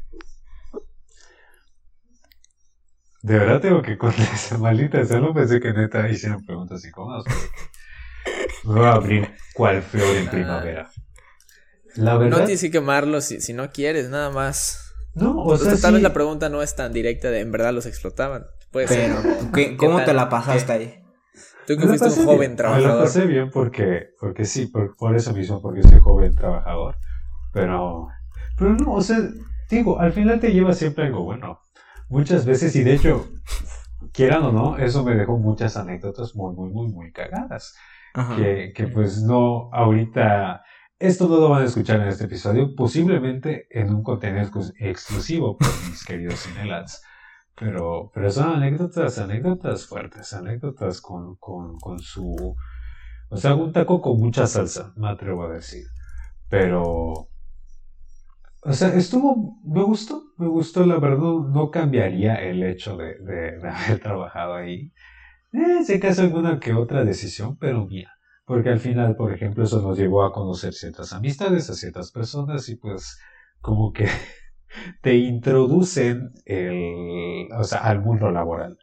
De verdad tengo que contestar, maldita sea, no pensé que neta hicieran preguntas incómodas. Me voy a abrir cual flor en primavera. La verdad... No tienes que quemarlos si no quieres, nada más. No, o sea, tal sí. vez la pregunta no es tan directa de en verdad los explotaban. Puede ser. Pero, ¿cómo te la pasaste ahí? Tú que fuiste un joven trabajador. Me la pasé bien porque sí, por eso mismo, porque soy joven trabajador. Pero no, o sea, digo, al final te lleva siempre algo bueno. Muchas veces, y de hecho, quieran o no, eso me dejó muchas anécdotas muy cagadas. Ajá. Que pues no, ahorita, esto no lo van a escuchar en este episodio, posiblemente en un contenido exclusivo por mis queridos Cinelats. Pero son anécdotas fuertes, anécdotas con su... O sea, un taco con mucha salsa, me atrevo a decir. Pero... O sea, me gustó, la verdad, no cambiaría el hecho de haber trabajado ahí. Si acaso alguna que otra decisión, pero mía. Porque al final, por ejemplo, eso nos llevó a conocer ciertas amistades, a ciertas personas y pues como que te introducen al mundo laboral.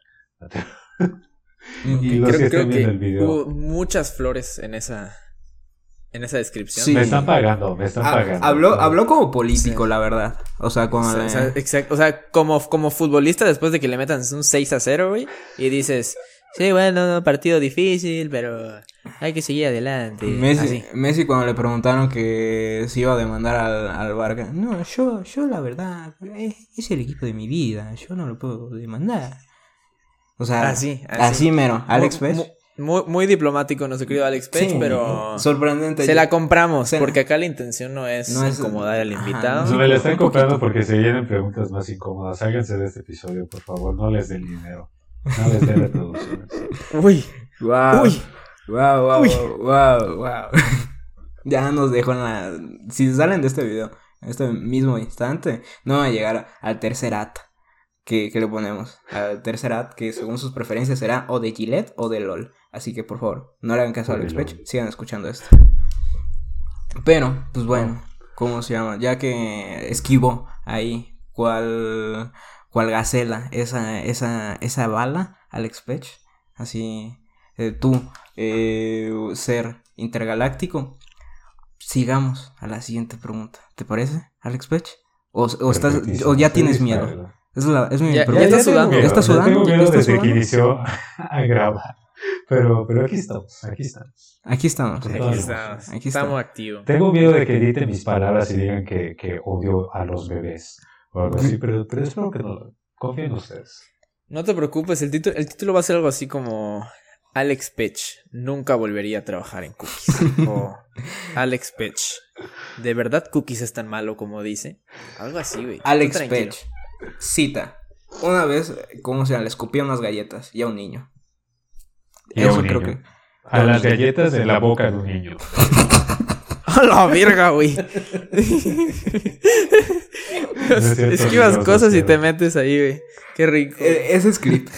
Y los que estén viendo el video. Hubo muchas flores en esa descripción. Sí. Me están pagando. Habló como político, sí. La verdad. O sea, exacto. O sea, como futbolista después de que le metan un 6-0, güey, y dices, sí, bueno, partido difícil, pero hay que seguir adelante. Messi cuando le preguntaron que se iba a demandar al Barca, no, yo la verdad, es el equipo de mi vida, yo no lo puedo demandar. O sea, así mero, Alex Pech. Muy diplomático nuestro querido Alex Pech, sí, pero sorprendente. Se la compramos, porque acá la intención no es incomodar al invitado. Se me la están comprando porque se vienen preguntas más incómodas. Sálganse de este episodio, por favor, no les den dinero. No les den reproducciones. Uy. Wow. Ya nos dejó en la... Si salen de este video, en este mismo instante, no van a llegar al tercer act que le ponemos. Al tercer act que según sus preferencias será o de Gillette o de LOL. Así que por favor, no le hagan caso a Alex Pech, sigan escuchando esto. Pero, pues bueno, ¿cómo se llama? Ya que esquivó ahí cual gacela esa bala, Alex Pech. Así, tú, ser intergaláctico. Sigamos a la siguiente pregunta. ¿Te parece, Alex Pech? ¿O ya tienes miedo? Es mi Ya pregunta. está sudando. Tengo ¿Ya está sudando? Tengo ¿Ya miedo está desde que sudando? inició a grabar. Pero aquí estamos. Aquí estamos. Aquí Todas estamos. Aquí Estamos activos. Tengo miedo de que editen mis palabras y digan que odio a los bebés o algo así, pero espero que no. Confío en ustedes. No te preocupes, el título va a ser algo así como Alex Pech nunca volvería a trabajar en Cookies. O Alex Pech, ¿de verdad Cookies es tan malo como dice? Algo así, güey. Alex Tú tranquilo. Pech. Cita. Una vez, ¿cómo se llama? Le escupía unas galletas y a un niño. Y a Eso un creo niño. que. A las galletas en la boca de un niño. ¡A la verga, güey! es cierto, Esquivas no, cosas y no, te no. metes ahí, güey. Qué rico. Ese es clip.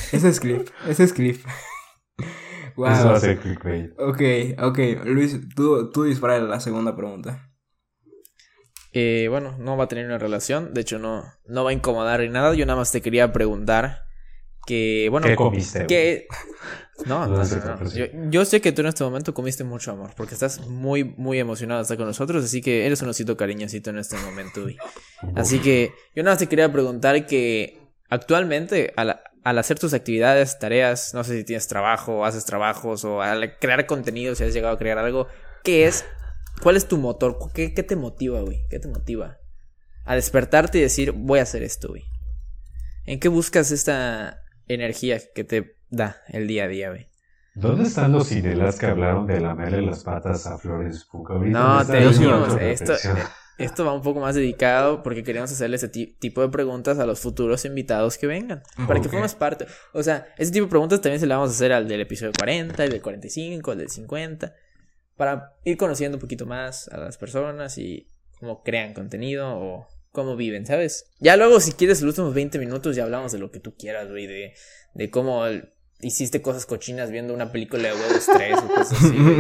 Wow. Eso va a ser clickbait. Ok. Luis, tú dispara la segunda pregunta. Bueno, no va a tener una relación. De hecho, no va a incomodar ni nada. Yo nada más te quería preguntar que, bueno, ¿Qué comiste? ¿qué? No. Yo sé que tú en este momento comiste mucho amor, porque estás muy, muy emocionado de estar con nosotros, así que eres un osito cariñosito en este momento, güey. Así que yo nada más te quería preguntar que actualmente, al hacer tus actividades, tareas, no sé si tienes trabajo, haces trabajos, o al crear contenido, si has llegado a crear algo, ¿cuál es tu motor? ¿Qué te motiva, güey? ¿Qué te motiva a despertarte y decir, voy a hacer esto, güey? ¿En qué buscas esta energía que te da el día a día, güey? ¿Dónde están los cinelas que hablaron de lamerle las patas a Flores Puca? Ahorita No, me está te dando dijimos, mucha reflexión. esto va un poco más dedicado porque queremos hacerle ese tipo de preguntas a los futuros invitados que vengan. Para que Ok. formes parte. O sea, ese tipo de preguntas también se le vamos a hacer al del episodio 40, el del 45, el del 50. Para ir conociendo un poquito más a las personas y cómo crean contenido o cómo viven, ¿sabes? Ya luego, si quieres, los últimos 20 minutos ya hablamos de lo que tú quieras, güey. De cómo hiciste cosas cochinas viendo una película de Huevos 3 o cosas así, güey.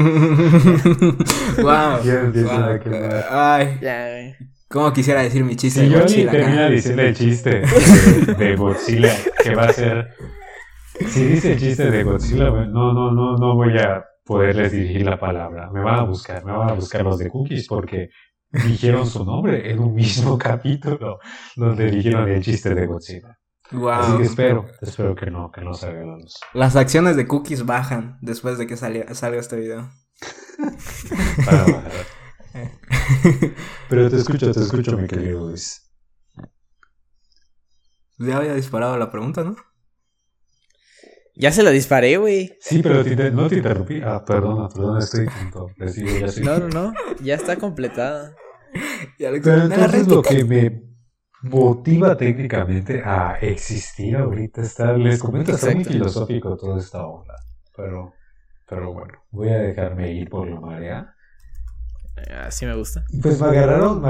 Wow. Ya empiezan a quemar. Ay, Ya, güey. cómo quisiera decir mi chiste Si de Johnny Godzilla termina acá. diciendo el chiste de Godzilla, que va a ser... Si dice el chiste de Godzilla, no voy a poderles dirigir la palabra. Me van a buscar los de Cookies porque dijeron su nombre en un mismo capítulo donde dijeron el chiste de Godzilla. Así que Wow. espero que no salga la luz. Las acciones de Cookies bajan después de que salga este video. Para bajar. Pero te escucho, mi querido Luis. Ya había disparado la pregunta, ¿no? Ya se la disparé, güey. Sí, pero no te interrumpí. Perdona, estoy tonto. Les digo, ya soy... No. Ya está completada. Y Alex, Pero ¿me la entonces lo repites? que me motiva técnicamente a existir ahorita les comento, está muy Exacto. filosófico toda esta onda. Pero bueno, voy a dejarme ir por la marea. Así me gusta. Y pues me agarraron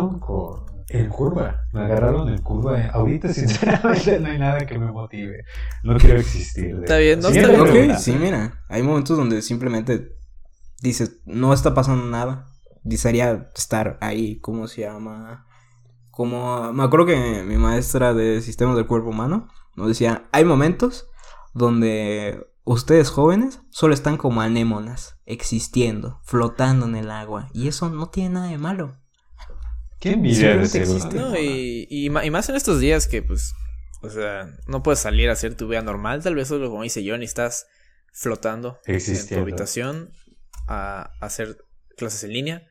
en curva. Ahorita sinceramente no hay nada que me motive. No quiero existir. Está bien, no Siguiente está bien. pregunta. Ok, sí, mira. Hay momentos donde simplemente dices, no está pasando nada. Desearía estar ahí, ¿cómo se llama? Como, me acuerdo que mi maestra de sistemas del cuerpo humano nos decía, hay momentos donde ustedes jóvenes solo están como anémonas, existiendo, flotando en el agua. Y eso no tiene nada de malo. Qué envidia de Simplemente ser existe. una No, anémona. y más en estos días que, pues, o sea, no puedes salir a hacer tu vida normal. Tal vez solo, como dice Johnny, estás flotando en tu Existiendo. habitación a hacer clases en línea.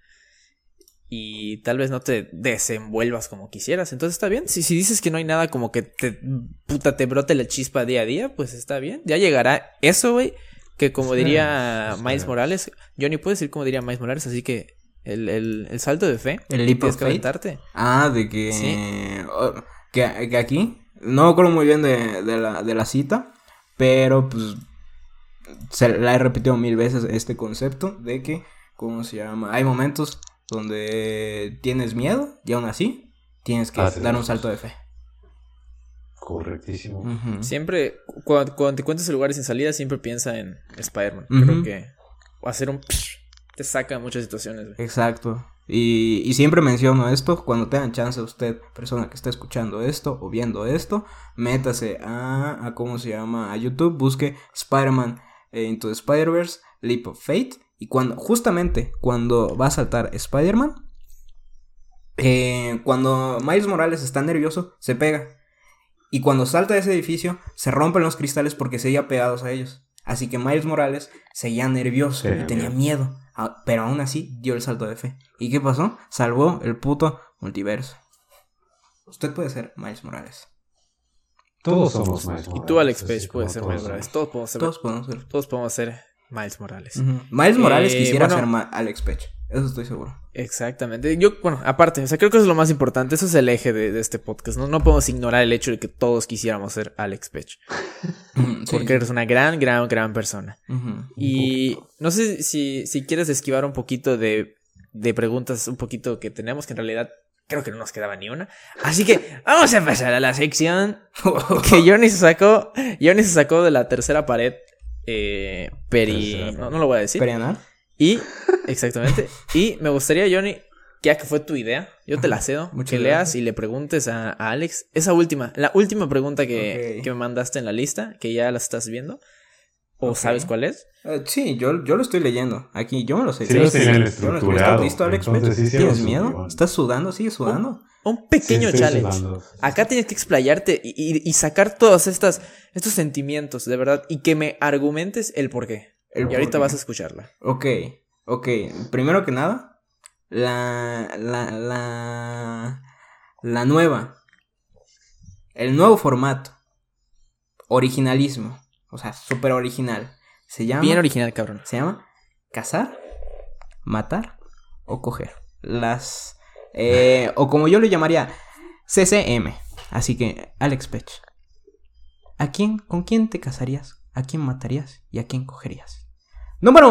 Y tal vez no te desenvuelvas como quisieras. Entonces está bien. Si dices que no hay nada como que te brote la chispa día a día, pues está bien. Ya llegará eso, güey. Que como diría Miles Morales. Johnny, puedes decir como diría Miles Morales. Así que el salto de fe. El leap tienes of que faith. aventarte. Ah, de que... Sí. Que aquí... No me acuerdo muy bien de la cita. Pero pues... la he repetido 1000 veces este concepto. De que... ¿Cómo se llama? Hay momentos donde tienes miedo. Y aún así... Tienes que Haces dar un las salto de cosas. fe. Correctísimo. Ujú. Siempre, cuando te encuentres en lugares sin salida, siempre piensa en Spider-Man. Ujú. Creo que hacer un... te saca de muchas situaciones, güey. Exacto. Y siempre menciono esto, cuando tengan chance usted, persona que está escuchando esto o viendo esto, métase a ¿cómo se llama? A YouTube, busque Spider-Man Into the Spider-Verse, Leap of Faith, y justamente cuando va a saltar Spider-Man, cuando Miles Morales está nervioso, se pega. Y cuando salta de ese edificio, se rompen los cristales porque seguía pegados a ellos. Así que Miles Morales seguía nervioso y tenía miedo. Pero aún así dio el salto de fe. ¿Y qué pasó? Salvó el puto multiverso. Usted puede ser Miles Morales. Todos somos Miles Morales. Y tú, Alex Page, puedes ser Miles Morales. Todos podemos ser Miles Morales. Miles Morales quisiera ser Alex Page. Eso estoy seguro. Exactamente. Yo, aparte, o sea, creo que eso es lo más importante. Eso es el eje de este podcast. No podemos ignorar el hecho de que todos quisiéramos ser Alex Page. Porque eres una gran persona. Y no sé si quieres esquivar un poquito de preguntas un poquito que tenemos, que en realidad creo que no nos quedaba ni una. Así que vamos a pasar a la sección que Johnny se sacó de la tercera pared. No lo voy a decir. ¿Perianal? Y, exactamente. Y me gustaría, Johnny, ya que fue tu idea, yo te la cedo, que leas y le preguntes a Alex la última pregunta que me mandaste en la lista, que ya la estás viendo. ¿O sabes cuál es? Sí, yo lo estoy leyendo. Aquí, yo me lo sé. Sí, lo tienen estructurado. ¿Estás listo, Alex? ¿Tienes miedo? ¿Estás sudando? ¿Sigues sudando? Un pequeño challenge. Acá tienes que explayarte y sacar todos estos sentimientos, de verdad, y que me argumentes el porqué. Y ahorita vas a escucharla. Ok. Primero que nada, la nueva. El nuevo formato. Originalismo. O sea, súper original. Se llama... Bien original, cabrón. Se llama cazar, matar o coger. O como yo lo llamaría, CCM. Así que, Alex Pech, ¿con quién te casarías? ¿A quién matarías? ¿Y a quién cogerías? Número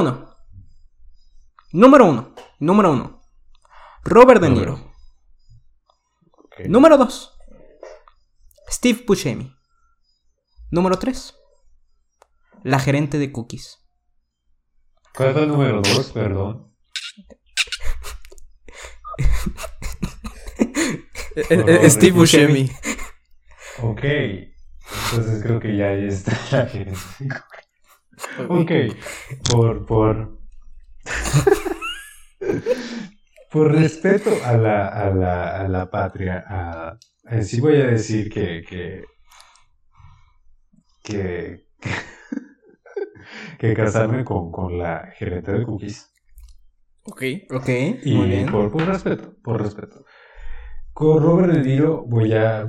uno. Robert De Niro. Okay. Número 2. Steve Buscemi. Número 3. La gerente de Cookies. ¿Cuál es el número 2? Perdón. Steve Buscemi. Ok. Entonces creo que ya ahí está la gerente. Ok. Por respeto a la patria, sí voy a decir que casarme con la gerente de Cookies. Ok. Y muy bien. Por respeto. Con Robert De Niro voy a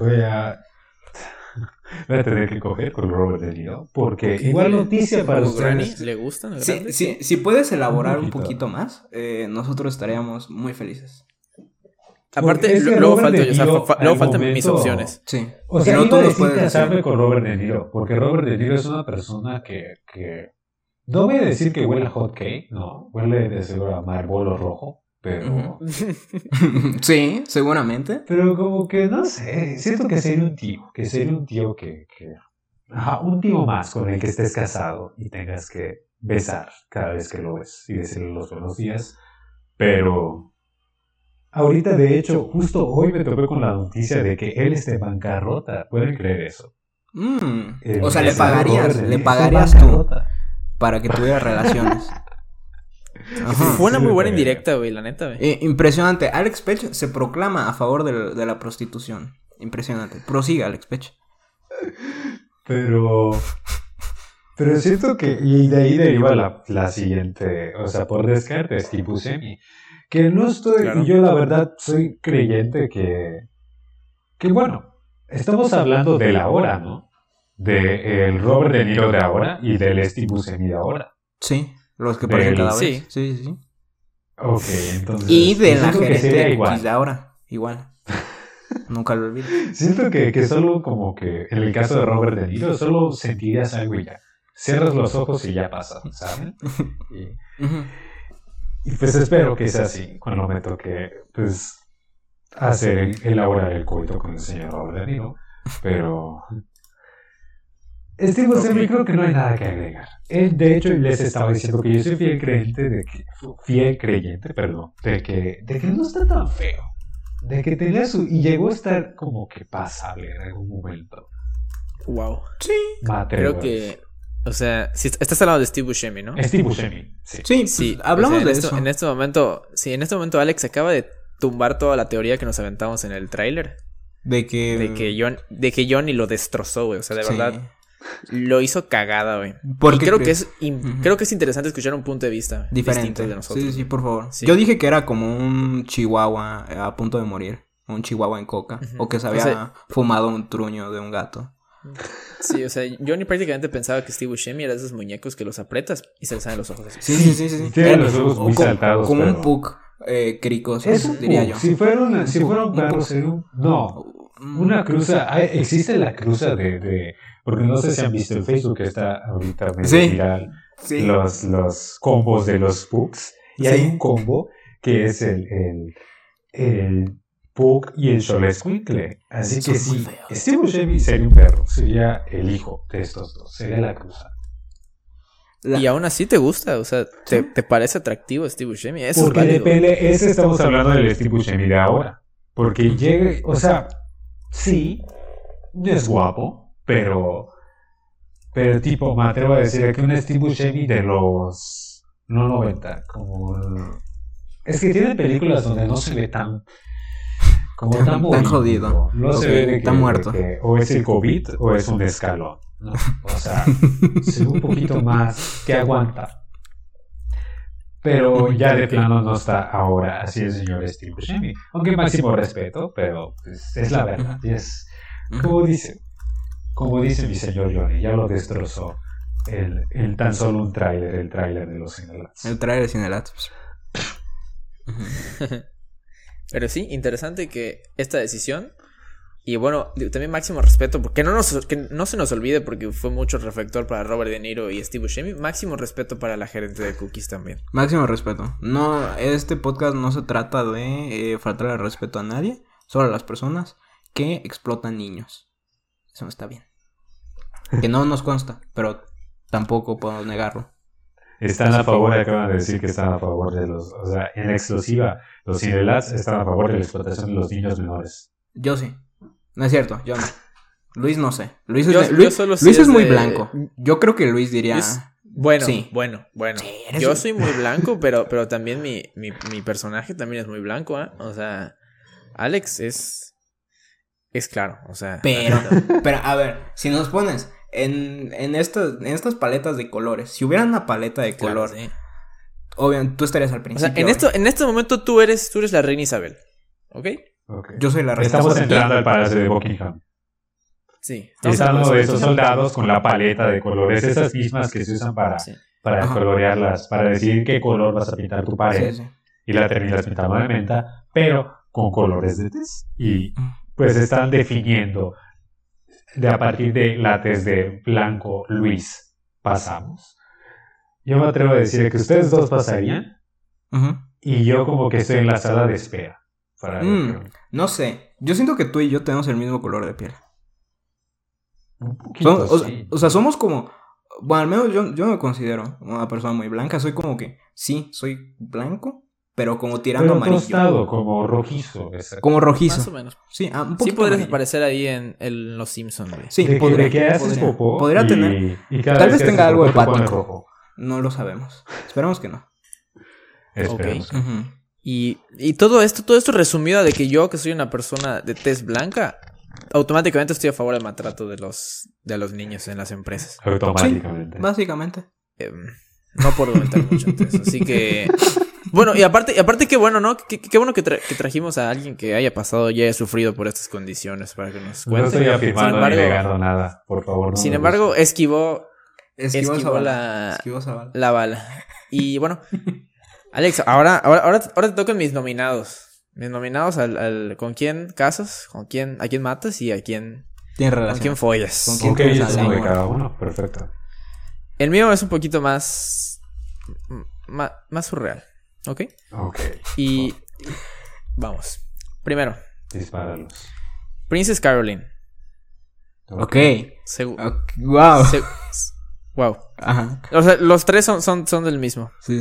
tener que coger con Robert De Niro, porque igual noticia para ustedes. ¿Le gustan? Si puedes elaborar un poquito más, nosotros estaríamos muy felices. Aparte, es que luego luego faltan mis opciones. Sí. O sea, iba a decir casarme con Robert De Niro, porque Robert De Niro es una persona que no voy a decir que huele a hot cake, no, huele de seguro a Marlboro rojo, pero... Sí, seguramente. Pero como que, no sé, siento que sería un tío que... Ajá, un tío más con el que estés casado y tengas que besar cada vez que lo ves y decirle los buenos días, pero... Ahorita, de hecho, justo hoy me topé con la noticia de que él está en bancarrota. ¿Pueden creer eso? O sea, le pagarías tú para que tuviera relaciones. Ajá. Fue una muy buena indirecta, güey, la neta, güey. Impresionante. Alex Pech se proclama a favor de la prostitución. Impresionante. Prosiga, Alex Pech. Pero siento que... Y de ahí deriva la siguiente... O sea, por descarte, Steve Buscemi. Que no estoy... Claro. Yo la verdad soy creyente que bueno, estamos hablando de la hora, ¿no? De el Robert De Niro de ahora y del Steve Buscemi de ahora. Sí, los que parecen cada vez. Sí. Ok, entonces... Y de la gerente de Cookies de ahora, igual. Nunca lo olvido. Siento que solo como que en el caso de Robert De Niro solo sentirías algo y ya. Cierras los ojos y ya pasa, ¿saben? Y pues espero que sea así cuando me toque, pues, elaborar el coito con el señor Robert De Niro. Pero... Steve Buscemi creo que no hay nada que agregar. De hecho, les estaba diciendo que yo soy fiel creyente de que no está tan feo. De que tenía y llegó a estar como que pasable en algún momento. Wow. Sí. Creo que... O sea, si estás hablando de Steve Buscemi, ¿no? Steve Buscemi, sí. Hablamos de eso. En este momento Alex acaba de tumbar toda la teoría que nos aventamos en el tráiler. De que Johnny lo destrozó, güey. O sea, de verdad, lo hizo cagada, güey. ¿Por Y qué creo crees? creo que es interesante escuchar un punto de vista Diferente. distinto de nosotros. Sí, por favor. Sí. Yo dije que era como un chihuahua a punto de morir. Un chihuahua en coca. O que se había fumado un truño de un gato. Sí, o sea, Johnny prácticamente pensaba que Steve Buscemi era de esos muñecos que los apretas y se les salen los ojos así. Sí. Tiene los ojos muy saltados. Como pero... un pug cricoso, Es un diría pug. yo. Si fuera un perro, sería un... No, una cruza. Existe la cruza de... Porque no sé si han visto en Facebook que está ahorita medio viral. Sí. Los combos de los pugs. Y hay un combo que es el pug y el xolescuincle. Así que si Steve Buscemi sería un perro, sería el hijo de estos dos. Sería la cruza. Y aún así te gusta, o sea, ¿te parece atractivo Steve Buscemi? Eso porque es válido. depende, estamos hablando del Steve Buscemi de ahora. Porque llega, o sea, sí, es guapo, pero tipo, me atrevo a decir que un Steve Buscemi de los, no 90, como... Es que tiene películas donde no se ve tan... Como tan jodido. No se ve de que, está muerto. De que o es el COVID o es un escalón, ¿no? O sea, se ve un poquito más que aguanta. Pero ya de plano no está ahora así el señor Steve Buscemi. Aunque máximo respeto, pero pues, es la verdad. Y es como dice mi señor Johnny, ya lo destrozó el tan solo un tráiler, el tráiler de los Cinelats. El tráiler de Cinelats. Pero sí, interesante que esta decisión. Y bueno, también máximo respeto, porque que no se nos olvide, porque fue mucho reflector para Robert De Niro y Steve Buscemi. Máximo respeto para la gerente de Cookies también. Máximo respeto. No, este podcast no se trata de faltarle el respeto a nadie, solo a las personas que explotan niños. Eso no está bien. Que no nos consta, pero tampoco podemos negarlo. Están a favor, acaban de decir que están a favor de los, o sea, en exclusiva, los Cinelats están a favor de la explotación de los niños menores. Yo sí. No es cierto, yo no. Luis no sé. Luis es muy blanco. Yo creo que Luis diría... Bueno. Sí, Yo soy muy blanco, pero también mi personaje también es muy blanco, ¿eh? O sea, Alex es claro, o sea... Pero, a ver, si nos pones en estas paletas de colores, si hubiera una paleta de color, claro, sí. Obviamente tú estarías al principio. O sea, en este momento tú eres la reina Isabel, ¿ok? Yo soy la reina. Estamos entrando al palacio de Buckingham. Sí. Están uno de esos soldados con la paleta de colores, esas mismas que se usan para colorearlas, para decidir qué color vas a pintar tu pared. Sí. Y la terminas pintando de menta, pero con colores de tez. Y pues están definiendo a partir de la tez de blanco Luis pasamos. Yo me atrevo a decir que ustedes dos pasarían y yo como que estoy en la sala de espera. No sé, yo siento que tú y yo tenemos el mismo color de piel. Un poquito, sí. O sea, somos como... Bueno, al menos yo no me considero una persona muy blanca. Soy como que, sí, soy blanco, pero como tirando amarillo. Tostado, como rojizo. Exacto. Como rojizo. Más o menos. Sí, un poquito. Sí podrías amarillo. aparecer ahí en Los Simpsons, güey. Sí, podría tener. Tal vez tenga algo hepático. No lo sabemos. Esperemos que no. Esperemos. Okay. Y todo esto resumido de que yo, que soy una persona de tez blanca, automáticamente estoy a favor del maltrato de los niños en las empresas. Automáticamente. Sí, básicamente. No puedo comentar mucho ante eso. Así que... Bueno, y aparte qué bueno, ¿no? Qué bueno que trajimos a alguien que haya pasado y haya sufrido por estas condiciones para que nos cuente. No estoy afirmando ni negando nada, por favor. No sin embargo, esquivó la bala. Y bueno... Alex, ahora te tocan mis nominados. Mis nominados al ¿con quién casas? ¿A quién matas? Y a quién... Tienes relación. ¿Con quién follas? ¿Con quién tienes uno de cada uno? Perfecto. El mío es un poquito más surreal. ¿Ok? Ok. Y... Vamos. Primero. Dispáralos. Princess Caroline. Ok. Wow. Wow. Ajá. O sea, los tres son del mismo. Sí.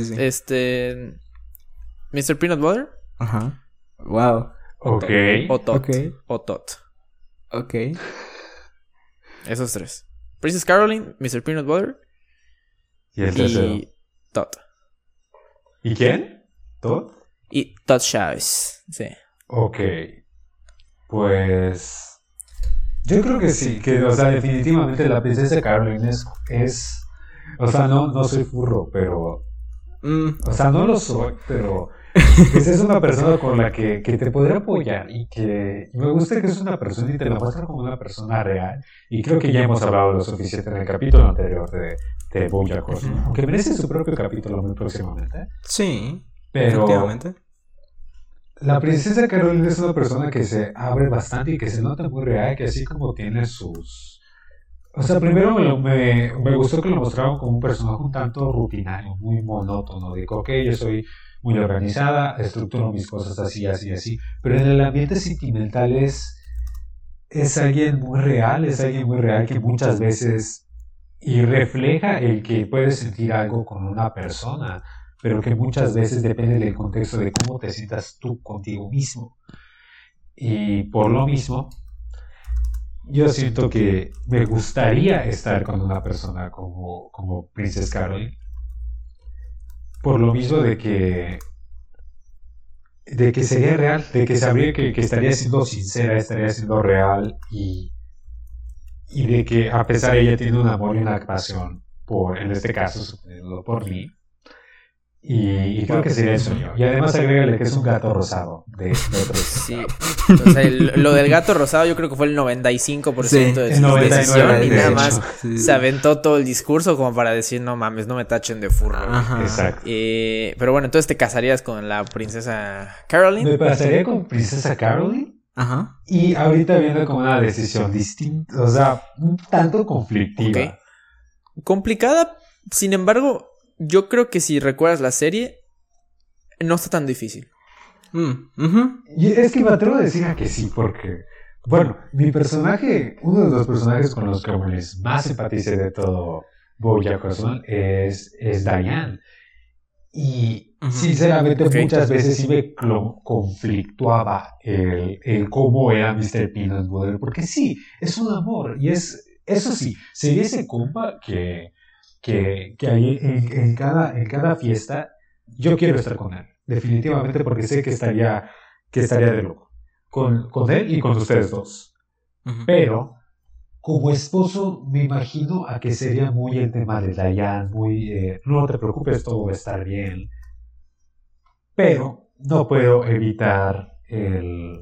Mr. Peanut Butter. Ajá. Wow. Ok. O Tot. Okay. O Tot. Ok. Esos tres. Princess Caroline, Mr. Peanut Butter. Y el tercero. Y Tot. ¿Y quién? ¿Tot? Y Tot Chávez. Sí. Ok. Pues yo creo que sí, que, o sea, definitivamente la princesa Caroline es o sea, no soy furro, pero, o sea, no lo soy, pero pues es una persona con la que te podría apoyar y me gusta que es una persona y te la muestra como una persona real, y creo que ya hemos hablado lo suficiente en el capítulo anterior de BoJack Horseman, aunque merece su propio capítulo muy próximamente. Sí, pero efectivamente. La princesa Caroline es una persona que se abre bastante y que se nota muy real, que así como tiene sus... O sea, primero me gustó que lo mostraron como un personaje un tanto rutinario, muy monótono. Digo, ok, yo soy muy organizada, estructuro mis cosas así, así, así. Pero en el ambiente sentimental es alguien muy real que muchas veces... Y refleja el que puedes sentir algo con una persona, pero que muchas veces depende del contexto de cómo te sientas tú contigo mismo. Y por lo mismo, yo siento que me gustaría estar con una persona como Princess Caroline. Por lo mismo de que sería real, de que sabría que estaría siendo sincera, estaría siendo real, y de que a pesar de ella tiene un amor y una pasión en este caso, suponiéndolo por mí. Y creo que sería el sueño. Y además agrégale que es un gato rosado de otro. Sí. O sea, lo del gato rosado yo creo que fue el 95% de su decisión. Y nada más se aventó todo el discurso como para decir, no mames, no me tachen de furro. Ajá. Exacto. Pero bueno, entonces te casarías con la princesa Caroline. Me pasaría con Princesa Caroline. Ajá. Y ahorita viendo como una decisión distinta, o sea, un tanto conflictiva. Okay. Complicada, sin embargo... Yo creo que si recuerdas la serie, no está tan difícil. Y es que me atrevo a decir que sí, porque, bueno, mi personaje, uno de los personajes con los que más empaticé de todo BoJack Horseman es Diane. Y sinceramente muchas veces sí me conflictuaba el cómo era Mr. Peanut Butter, porque sí, es un amor, y eso sí, sería ese compa que hay en cada fiesta. Yo quiero estar con él, definitivamente, porque sé que estaría de lujo con él y con ustedes dos. Pero como esposo me imagino a que sería muy el tema de Diane, muy no te preocupes, todo va a estar bien. Pero no puedo evitar el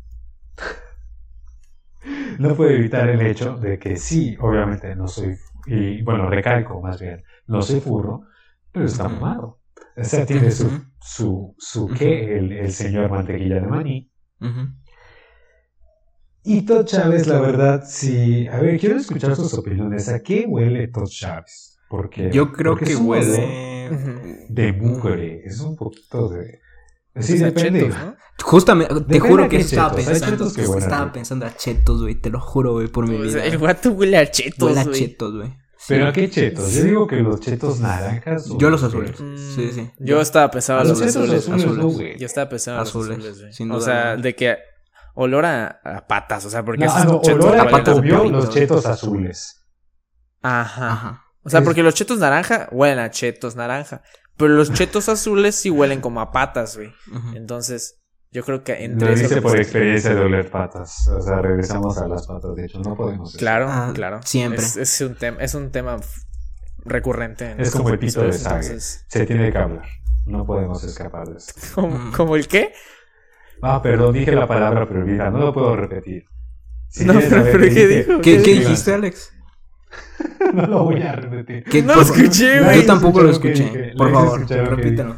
hecho de que sí, obviamente no soy, y bueno, recalco más bien, no soy furro, pero está mamado. O sea, tiene su qué, el señor mantequilla de maní. Y Todd Chávez, la verdad, sí. A ver, quiero escuchar sus opiniones. ¿A qué huele Todd Chávez? Yo creo que huele de mugre. Es un poquito de... Sí, depende. Chetos, ¿no? Justamente, te juro que estaba pensando a chetos, güey. Te lo juro, güey, por mi vida. El gato huele a chetos, huele a güey. chetos, güey. ¿Pero a qué chetos? Yo digo que los chetos naranjas. Yo los azules. Sí. Yo estaba pensando en los azules. Güey. Yo estaba pensando en los azules, güey. Sin duda, o sea, ¿no? de que olor a patas, o sea, porque no, chetos olor a huelen patas de los chetos azules. Ajá. O sea, porque los chetos naranja huelen a chetos naranja, pero los chetos azules sí huelen como a patas, güey. Entonces, yo creo que entre Lo eso dice que por experiencia de oler patas. O sea, regresamos a las patas. De hecho, no podemos. Claro. Siempre. Es un tema recurrente. Es como el pito de Sage. Entonces... Se tiene que hablar. No podemos escapar de eso. ¿Como el qué? Perdón, dije la palabra prohibida. No lo puedo repetir. Si no, pero ¿qué dijo? ¿Qué dijiste, Alex? No lo voy a repetir. No lo escuché, güey. Yo tampoco lo escuché. Por favor, repítelo.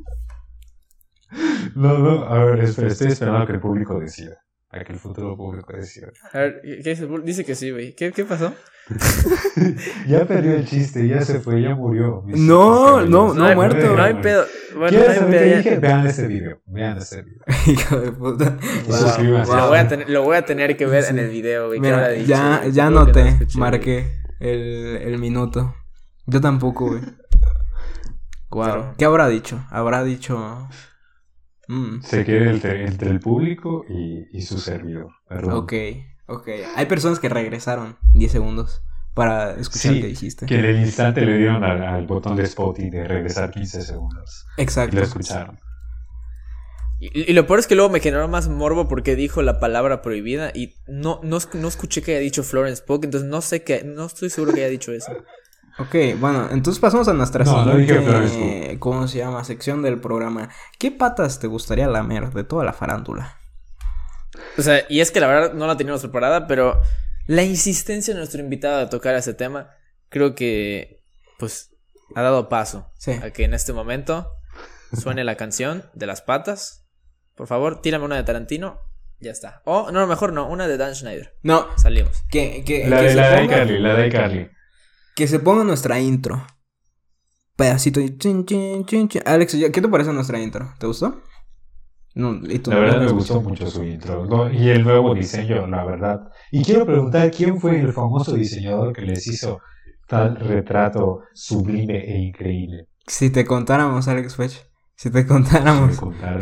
No, a ver, estoy esperando a que el público decida. A que el futuro público decida. A ver, ¿qué dice? Dice que sí, güey. ¿Qué pasó? Ya perdió el chiste, ya se fue, ya murió. No, muerto. No hay pedo. Bueno, ¿quieres saber qué dije? Vean ese video. Hijo de puta. Lo voy a tener que ver en el video, güey. Mira, ya noté, marqué el minuto. Yo tampoco, güey. Wow. ¿Qué habrá dicho? Se queda entre el público y su servidor. Perdón. Ok. Hay personas que regresaron 10 segundos para escuchar lo que dijiste. Que en el instante le dieron al botón de Spotify de regresar 15 segundos. Exacto. Y lo escucharon. Y lo peor es que luego me generó más morbo porque dijo la palabra prohibida y no escuché que haya dicho Florence Pugh, entonces no estoy seguro que haya dicho eso. Ok, bueno, entonces pasamos a nuestra siguiente, ¿cómo se llama? Sección del programa. ¿Qué patas te gustaría lamer de toda la farándula? O sea, y es que la verdad no la teníamos preparada, pero la insistencia de nuestro invitado de tocar ese tema, creo que, pues, ha dado paso a que en este momento suene la canción de las patas. Por favor, tírame una de Tarantino. Ya está. O, no, mejor no, una de Dan Schneider. No. Salimos. La de iCarly. Que se ponga nuestra intro. Pedacito de chin, chin, chin, chin. Alex, ¿qué te parece nuestra intro? ¿Te gustó? No, la verdad me gustó mucho su intro, ¿no? Y el nuevo diseño, la verdad. Y quiero preguntar, ¿quién fue el famoso diseñador que les hizo tal retrato sublime e increíble? Si te contáramos, Alex Fetch. Si te contáramos.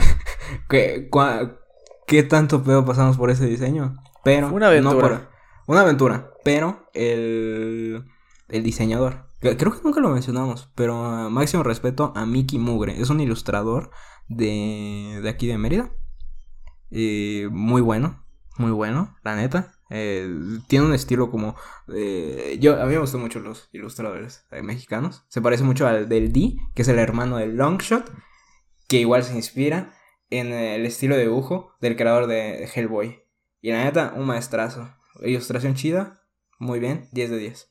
¿Qué tanto pedo pasamos por ese diseño? Pero una aventura. Una aventura. Pero el diseñador, creo que nunca lo mencionamos, pero máximo respeto a Mickey Mugre. Es un ilustrador de aquí de Mérida. Muy bueno, la neta. Tiene un estilo como... a mí me gustan mucho los ilustradores mexicanos. Se parece mucho al del D, que es el hermano del Longshot, que igual se inspira en el estilo de dibujo del creador de Hellboy. Y la neta, un maestrazo. Ilustración chida, muy bien, 10 de 10.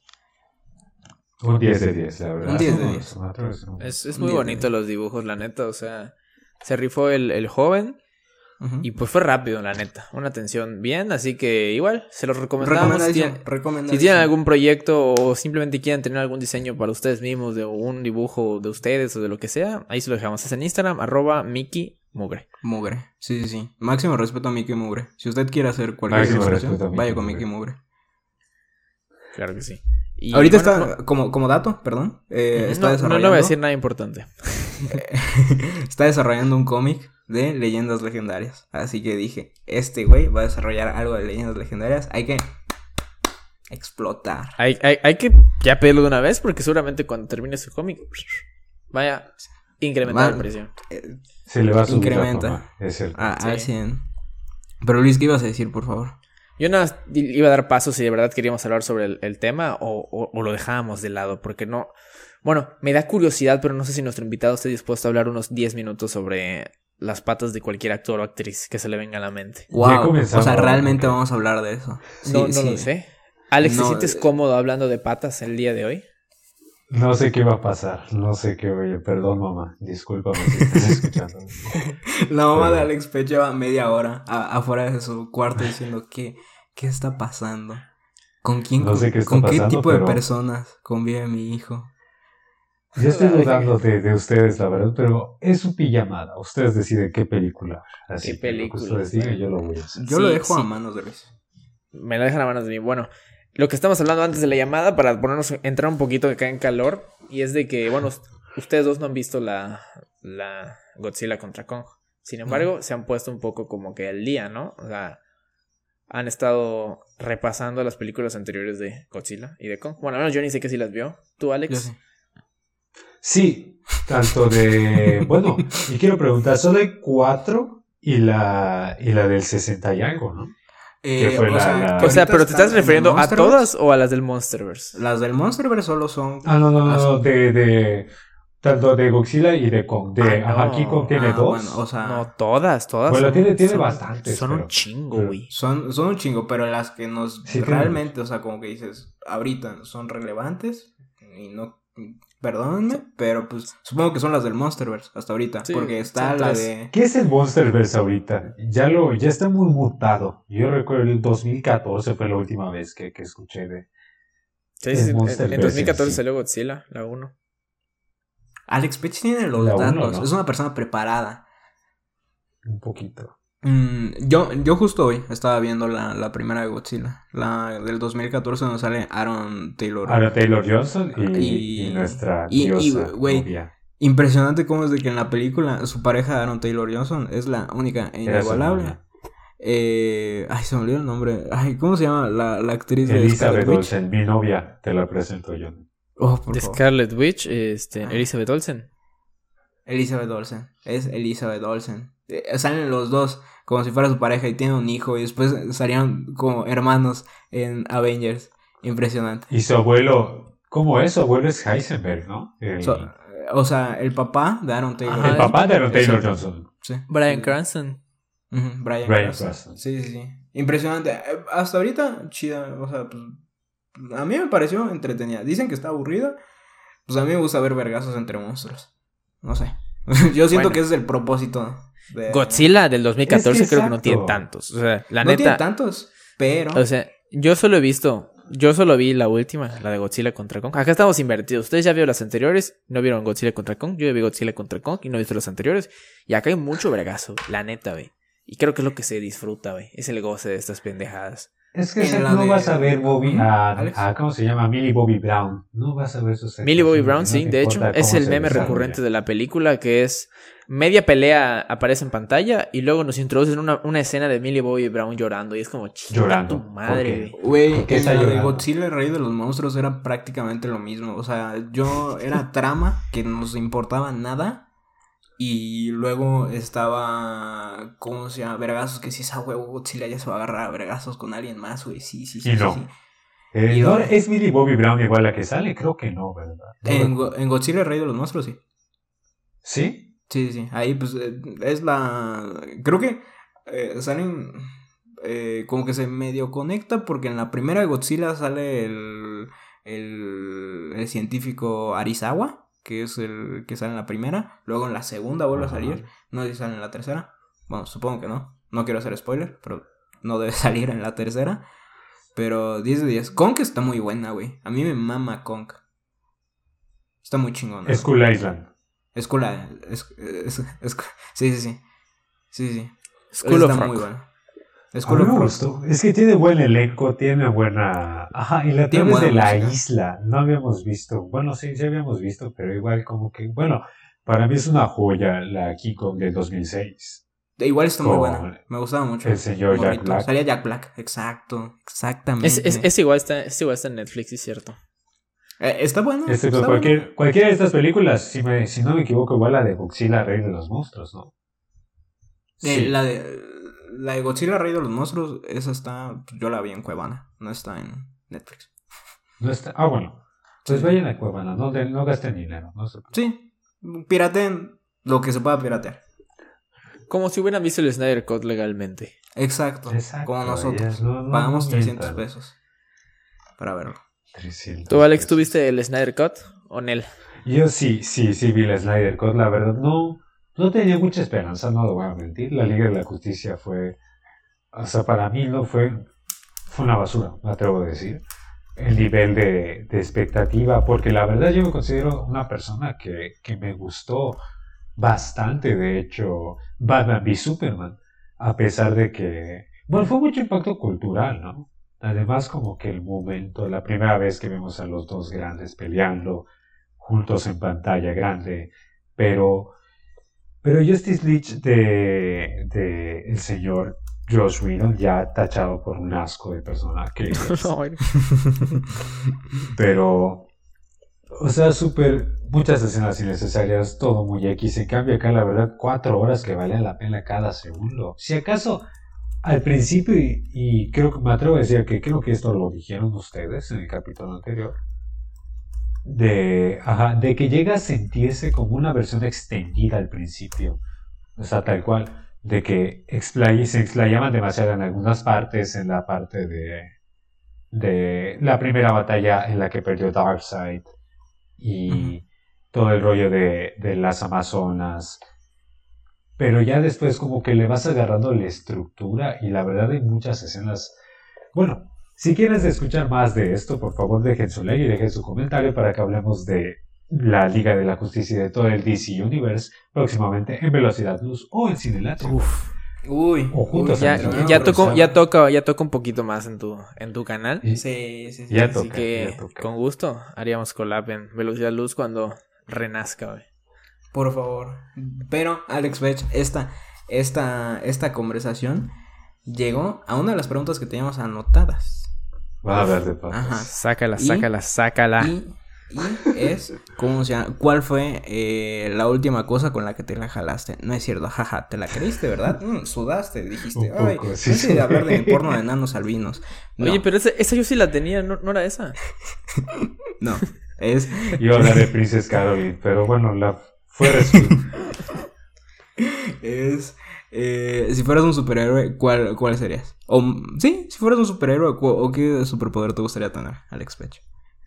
Un 10 de 10, la verdad. Un 10 de 10. Es muy bonito los dibujos, la neta, o sea, se rifó el joven. Uh-huh. Y pues fue rápido, la neta. Una atención bien, así que igual se los recomendamos. Si tienen algún proyecto o simplemente quieren tener algún diseño para ustedes mismos, de un dibujo de ustedes o de lo que sea, ahí se lo dejamos. Es en Instagram, @Mickey Mugre. Mugre, sí. Máximo respeto a Mickey Mugre. Si usted quiere hacer cualquier ilustración, vaya con Mickey Mugre. Claro que sí. Y ahorita está, como dato, perdón, está desarrollando... No voy a decir nada importante. Está desarrollando un cómic de leyendas legendarias. Así que dije, este güey va a desarrollar algo de leyendas legendarias. Hay que explotar. Hay que ya pedirlo de una vez, porque seguramente cuando termine su cómic vaya a incrementar el precio. Se le va a subir incrementa al 100. Pero Luis, ¿qué ibas a decir, por favor? Yo nada más iba a dar paso si de verdad queríamos hablar sobre el tema o lo dejábamos de lado, porque no... Bueno, me da curiosidad, pero no sé si nuestro invitado esté dispuesto a hablar unos 10 minutos sobre las patas de cualquier actor o actriz que se le venga a la mente. Wow, o sea, realmente vamos a hablar de eso. No lo sé. Alex, ¿te sientes cómodo hablando de patas el día de hoy? No sé qué va a pasar, perdón mamá, discúlpame si estás escuchando. La mamá de Alex Pech lleva media hora afuera de su cuarto diciendo ¿qué está pasando? ¿Con quién? No sé qué está pasando, qué tipo de personas convive mi hijo? Yo estoy dudando de ustedes, la verdad, pero es su pijamada. Ustedes deciden qué película. Así ¿Qué película? Ustedes digan, yo lo voy a hacer. Yo lo dejo a manos de Luis. Me lo dejan a manos de mí. Bueno, lo que estamos hablando antes de la llamada, para entrar un poquito acá en calor, y es de que, bueno, ustedes dos no han visto la Godzilla contra Kong. Sin embargo, se han puesto un poco como que al día, ¿no? O sea, han estado repasando las películas anteriores de Godzilla y de Kong. Bueno, al menos yo ni sé que si las vio. ¿Tú, Alex? Yo sí. Sí, tanto de... Bueno, y quiero preguntar, solo hay 4 y la del 60 y algo, ¿no? O sea, pero ¿te estás refiriendo a todas o a las del Monsterverse? Las del Monsterverse solo son... No, de tanto de Godzilla y de Kong. Aquí Kong tiene 2. Bueno, o sea... No, todas. Bueno, tiene bastantes. Son un chingo, güey. Son un chingo, pero las que nos realmente, o sea, como que dices, ahorita son relevantes y no... Perdónenme, pero pues supongo que son las del Monsterverse hasta ahorita, sí, porque está la de... ¿Qué es el Monsterverse ahorita? Ya está muy mutado. Yo recuerdo el 2014 fue la última vez que escuché de... Sí, en 2014 salió Godzilla, la 1. Alex Pech tiene los datos, ¿no? Es una persona preparada. Un poquito. Yo justo hoy estaba viendo la primera de Godzilla, la del 2014, donde sale Aaron Taylor Johnson y nuestra diosa novia. Impresionante cómo es de que en la película su pareja Aaron Taylor Johnson es la única e inigualable. Se me olvidó el nombre. ¿Cómo se llama la actriz de Elizabeth Olsen? Mi novia, te la presento yo. De Scarlet Witch, Elizabeth Olsen. Elizabeth Olsen. Es Elizabeth Olsen. Salen los dos como si fuera su pareja y tienen un hijo. Y después salían como hermanos en Avengers. Impresionante. Y su abuelo, ¿cómo es? Su abuelo es Heisenberg, ¿no? O sea, el papá de Aaron Taylor. El papá de Aaron Taylor Johnson. Sí. Bryan Cranston. Bryan Cranston. Sí. Impresionante. Hasta ahorita, chida. O sea, pues, a mí me pareció entretenida. Dicen que está aburrida. Pues a mí me gusta ver vergazos entre monstruos. No sé. Yo siento que ese es el propósito de... Godzilla del 2014 creo que no tiene tantos. O sea, la neta... No tiene tantos, pero... O sea, yo solo vi la última, la de Godzilla contra Kong. Acá estamos invertidos. Ustedes ya vieron las anteriores, no vieron Godzilla contra Kong. Yo ya vi Godzilla contra Kong y no he visto las anteriores. Y acá hay mucho vergazo, la neta, güey. Y creo que es lo que se disfruta, güey. Es el goce de estas pendejadas. Es que no vas a ver ¿cómo se llama? Millie Bobby Brown. No vas a ver sus... Millie Bobby Brown, sí, de hecho. Es el meme recurrente de la película, que es... Media pelea aparece en pantalla y luego nos introducen una escena de Millie Bobby Brown llorando. Y es como, chica tu madre, güey. En la de Godzilla, el rey de los monstruos, era prácticamente lo mismo. O sea, era trama que no nos importaba nada. Y luego estaba, ¿cómo se llama? Vergazos, que si esa huevo Godzilla ya se va a agarrar a vergazos con alguien más, güey. Sí. Y no. Sí. ¿No es Millie Bobby Brown igual la que sale? Creo que no, ¿verdad? En Godzilla, el rey de los monstruos, sí. ¿Sí? Sí. Ahí, pues, es la... Creo que salen... como que se medio conecta porque en la primera de Godzilla sale el científico Arizawa, que es el que sale en la primera. Luego en la segunda vuelve a salir. No sé si sale en la tercera. Bueno, supongo que no. No quiero hacer spoiler, pero no debe salir en la tercera. Pero 10 de 10. Kong está muy buena, güey. A mí me mama Kong. Está muy chingona. Skull Island. Sí. School of Rock. Muy buena. Me gustó. Es que tiene buen elenco, tiene buena... Ajá, y la tienes de la isla. No habíamos visto. Bueno, sí habíamos visto, pero igual como que... Bueno, para mí es una joya la King Kong del 2006. Igual está muy buena. Me gustaba mucho. El señor Jack Black. Salía Jack Black. Exactamente. Es igual está en Netflix, es cierto. Está bueno. Cualquiera de estas películas, si no me equivoco, igual la de Godzilla, Rey de los Monstruos, ¿no? Sí. La de Godzilla, Rey de los Monstruos, esa está... Yo la vi en Cuevana, no está en Netflix. No está... bueno. Pues vayan a Cuevana, no gasten dinero. No sí, pirateen lo que se pueda piratear. Como si hubieran visto el Snyder Cut legalmente. Exacto. Como nosotros. Pagamos 300 pesos para verlo. 300 ¿Tú, Alex, tuviste el Snyder Cut o Nel? Yo sí vi el Snyder Cut, la verdad. No tenía mucha esperanza, no lo voy a mentir. La Liga de la Justicia fue... O sea, para mí no fue una basura, me atrevo a decir. El nivel de expectativa, porque la verdad yo me considero una persona que me gustó bastante, de hecho, Batman v Superman, a pesar de que... Bueno, fue mucho impacto cultural, ¿no? Además, como que el momento, la primera vez que vemos a los dos grandes peleando juntos en pantalla grande, pero Justice League de el señor Joss Whedon ya tachado por un asco de persona que es. Pero, o sea, muchas escenas innecesarias, todo muy X. En cambio acá, la verdad, 4 horas que valían la pena cada segundo. Si acaso, al principio, y creo que me atrevo a decir que creo que esto lo dijeron ustedes en el capítulo anterior, de que llega a sentirse como una versión extendida al principio. O sea, tal cual, de que se explayaban demasiado en algunas partes, en la parte de la primera batalla en la que perdió Darkseid y todo el rollo de las Amazonas. Pero ya después como que le vas agarrando la estructura y la verdad hay muchas escenas. Bueno, si quieres escuchar más de esto, por favor dejen su like y dejen su comentario para que hablemos de la Liga de la Justicia y de todo el DC Universe próximamente en Velocidad Luz o en Cinelate. Uy, o juntos. Ya toca un poquito más en tu canal. Sí. Ya toca, así que con gusto haríamos collab en Velocidad Luz cuando renazca, güey. Por favor. Pero, Alex Bech, esta conversación llegó a una de las preguntas que teníamos anotadas. Va a ver de papas. Sácala. Y es, ¿cómo se llama? ¿Cuál fue la última cosa con la que te la jalaste? No es cierto, jaja, te la creíste, ¿verdad? Sudaste, dijiste, Un ay, poco, sí, no sé sí. de hablar de mi porno de enanos albinos. No, Oye, pero esa yo sí la tenía, ¿no era esa? no, es, Iba a hablar de Princess Caroline, pero bueno, fue resuelto. es, si fueras un superhéroe, ¿cuál serías? O, sí, si fueras un superhéroe, ¿o qué superpoder te gustaría tener, Alex Pech?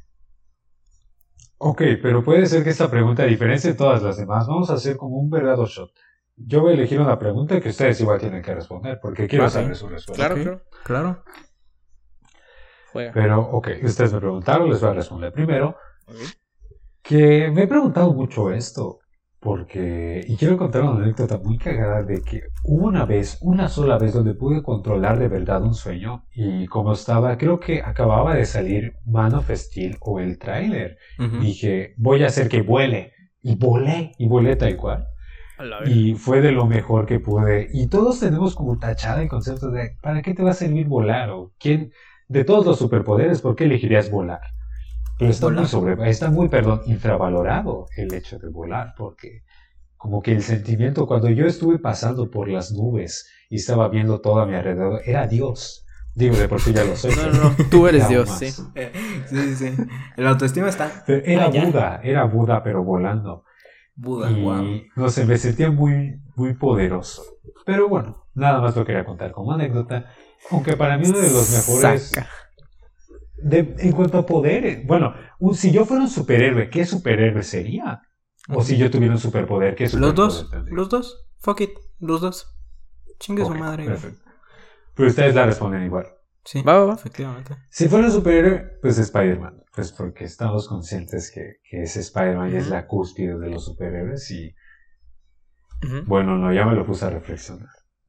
Ok, pero puede ser que esta pregunta, a diferencia de todas las demás, vamos a hacer como un verdadero shot. Yo voy a elegir una pregunta que ustedes igual tienen que responder, porque quiero Ok. saber su respuesta. Claro, Ok, claro. claro. Juega. Pero, ok, ustedes me preguntaron, les voy a responder primero. Ok. Que me he preguntado mucho esto, y quiero contar una anécdota muy cagada de que hubo una sola vez donde pude controlar de verdad un sueño, y como estaba, creo que acababa de salir Man of Steel o el tráiler, Ujú. dije, voy a hacer que vuele, y volé tal cual. A la verga. Y fue de lo mejor que pude. Y todos tenemos como tachada el concepto de ¿para qué te va a servir volar? O quién, de todos los superpoderes, ¿por qué elegirías volar? Pero está muy infravalorado el hecho de volar, porque como que el sentimiento, cuando yo estuve pasando por las nubes y estaba viendo todo a mi alrededor, era Dios. Digo, de por sí ya lo soy. No, tú eres Era Dios, más. sí. Sí. El autoestima está. Pero Ya. era Buda, pero volando. Buda, Y wow. no sé, me sentía muy, muy poderoso. Pero bueno, nada más lo quería contar como anécdota. Aunque para mí uno de los mejores. Saca. En cuanto a poderes, bueno, si yo fuera un superhéroe, ¿qué superhéroe sería? O si yo tuviera un superpoder, ¿qué Los superpoder dos, tendría? los dos. Fuck it, los dos. Chingue su Ok, madre. güey. perfecto. Pero ustedes la responden igual. Sí, Va. efectivamente. Si fuera un superhéroe, pues Spider-Man. Pues porque estamos conscientes que ese Spider-Man ya es la cúspide de los superhéroes y Ujú. bueno, no, ya me lo puse a reflexionar.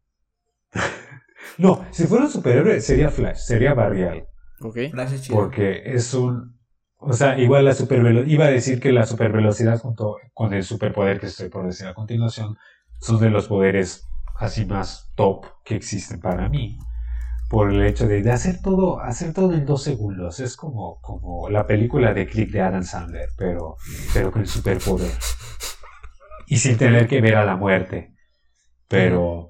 No, si fuera un superhéroe sería Flash, sería Barry Allen. Ok. Flash es chido. Porque es un... O sea, igual la supervelocidad... Iba a decir que la supervelocidad junto con el superpoder que estoy por decir a continuación son de los poderes así más top que existen para mí. Por el hecho de hacer todo en 2 segundos. Es como la película de Click de Adam Sandler, pero con el superpoder. Y sin tener que ver a la muerte. Pero...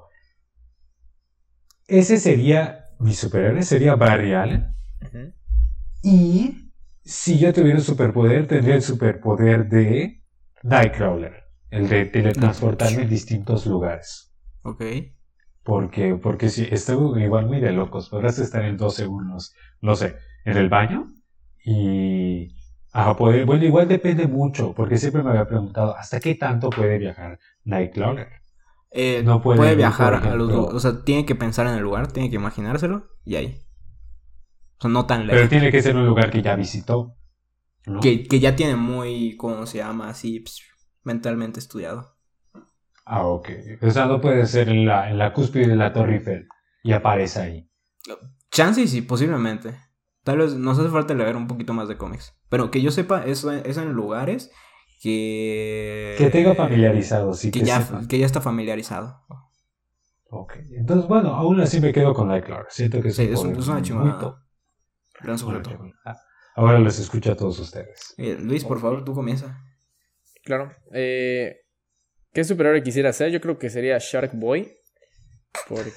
Ese sería... Mi superhéroe sería Barry Allen. Ujú. Y si yo tuviera un superpoder, tendría el superpoder de Nightcrawler, el de teletransportarme en distintos lugares. Ok. Porque si estoy igual muy de locos, podrás estar en 2 segundos, no sé, en el baño y bueno, igual depende mucho, porque siempre me había preguntado ¿hasta qué tanto puede viajar Nightcrawler? No puede ir, viajar por ejemplo, a los lugares. O sea, tiene que pensar en el lugar, tiene que imaginárselo y ahí. O sea, no tan Pero lejos. tiene que ser un lugar que ya visitó, ¿no? Que ya tiene muy, ¿cómo se llama? Así, mentalmente estudiado. Ok. O sea, no puede ser en la cúspide de la Torre Eiffel y aparece ahí. Chance y sí, posiblemente. Tal vez nos hace falta leer un poquito más de cómics. Pero que yo sepa, eso es en lugares que tenga familiarizado, sí, que que ya, sepa. que ya está familiarizado. Ok. Entonces, bueno, aún así me quedo con Nightcrawler. Siento que es Sí, un es poder una muy chingada. top. Gran sujeto. Ahora los escucho a todos ustedes. Luis, por favor, tú comienza. Claro. ¿Qué superhéroe quisiera ser? Yo creo que sería Shark Boy. Porque...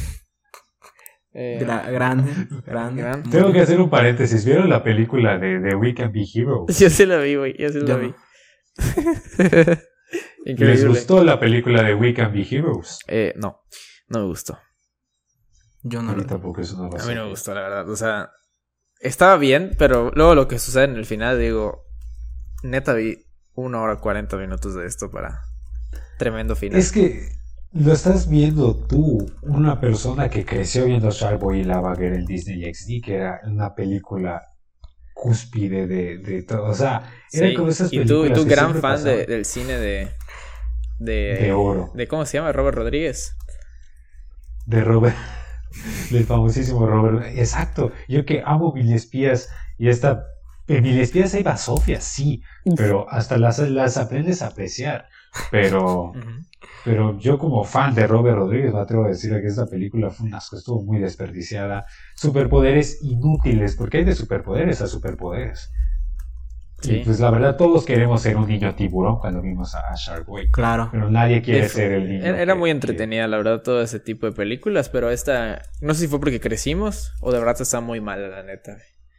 Grande. Gran. Tengo que hacer un paréntesis. ¿Vieron la película de We Can Be Heroes? Yo sí la vi, güey. Yo sí la Yo vi. ¿Les Increíble. gustó la película de We Can Be Heroes? No me gustó. Yo no A mí lo tampoco es una A razón. mí no me gustó, la verdad. O sea, estaba bien, pero luego lo que sucede en el final, digo, neta vi 1 hora 40 minutos de esto para tremendo final. Es que lo estás viendo tú, una persona que creció viendo Shark Boy y Lava Girl en Disney XD, que era una película cúspide de todo. O sea, era Sí, como esas y películas tú que gran siempre fan pasaban. del cine De oro. de ¿cómo se llama? Robert Rodríguez. De Robert, del famosísimo Robert. Exacto, yo que amo Mil Espías y en Mil Espías hay basofias, sí, pero hasta las aprendes a apreciar. Pero yo como fan de Robert Rodríguez me atrevo a decir que esta película fue un asco, estuvo muy desperdiciada. Superpoderes inútiles, porque hay de superpoderes a superpoderes. Y pues la verdad todos queremos ser un niño tiburón cuando vimos a Shark Boy. Claro. Pero nadie quiere ser el niño. Era muy entretenida, la verdad, todo ese tipo de películas, pero esta, no sé si fue porque crecimos o de verdad está muy mala, la neta.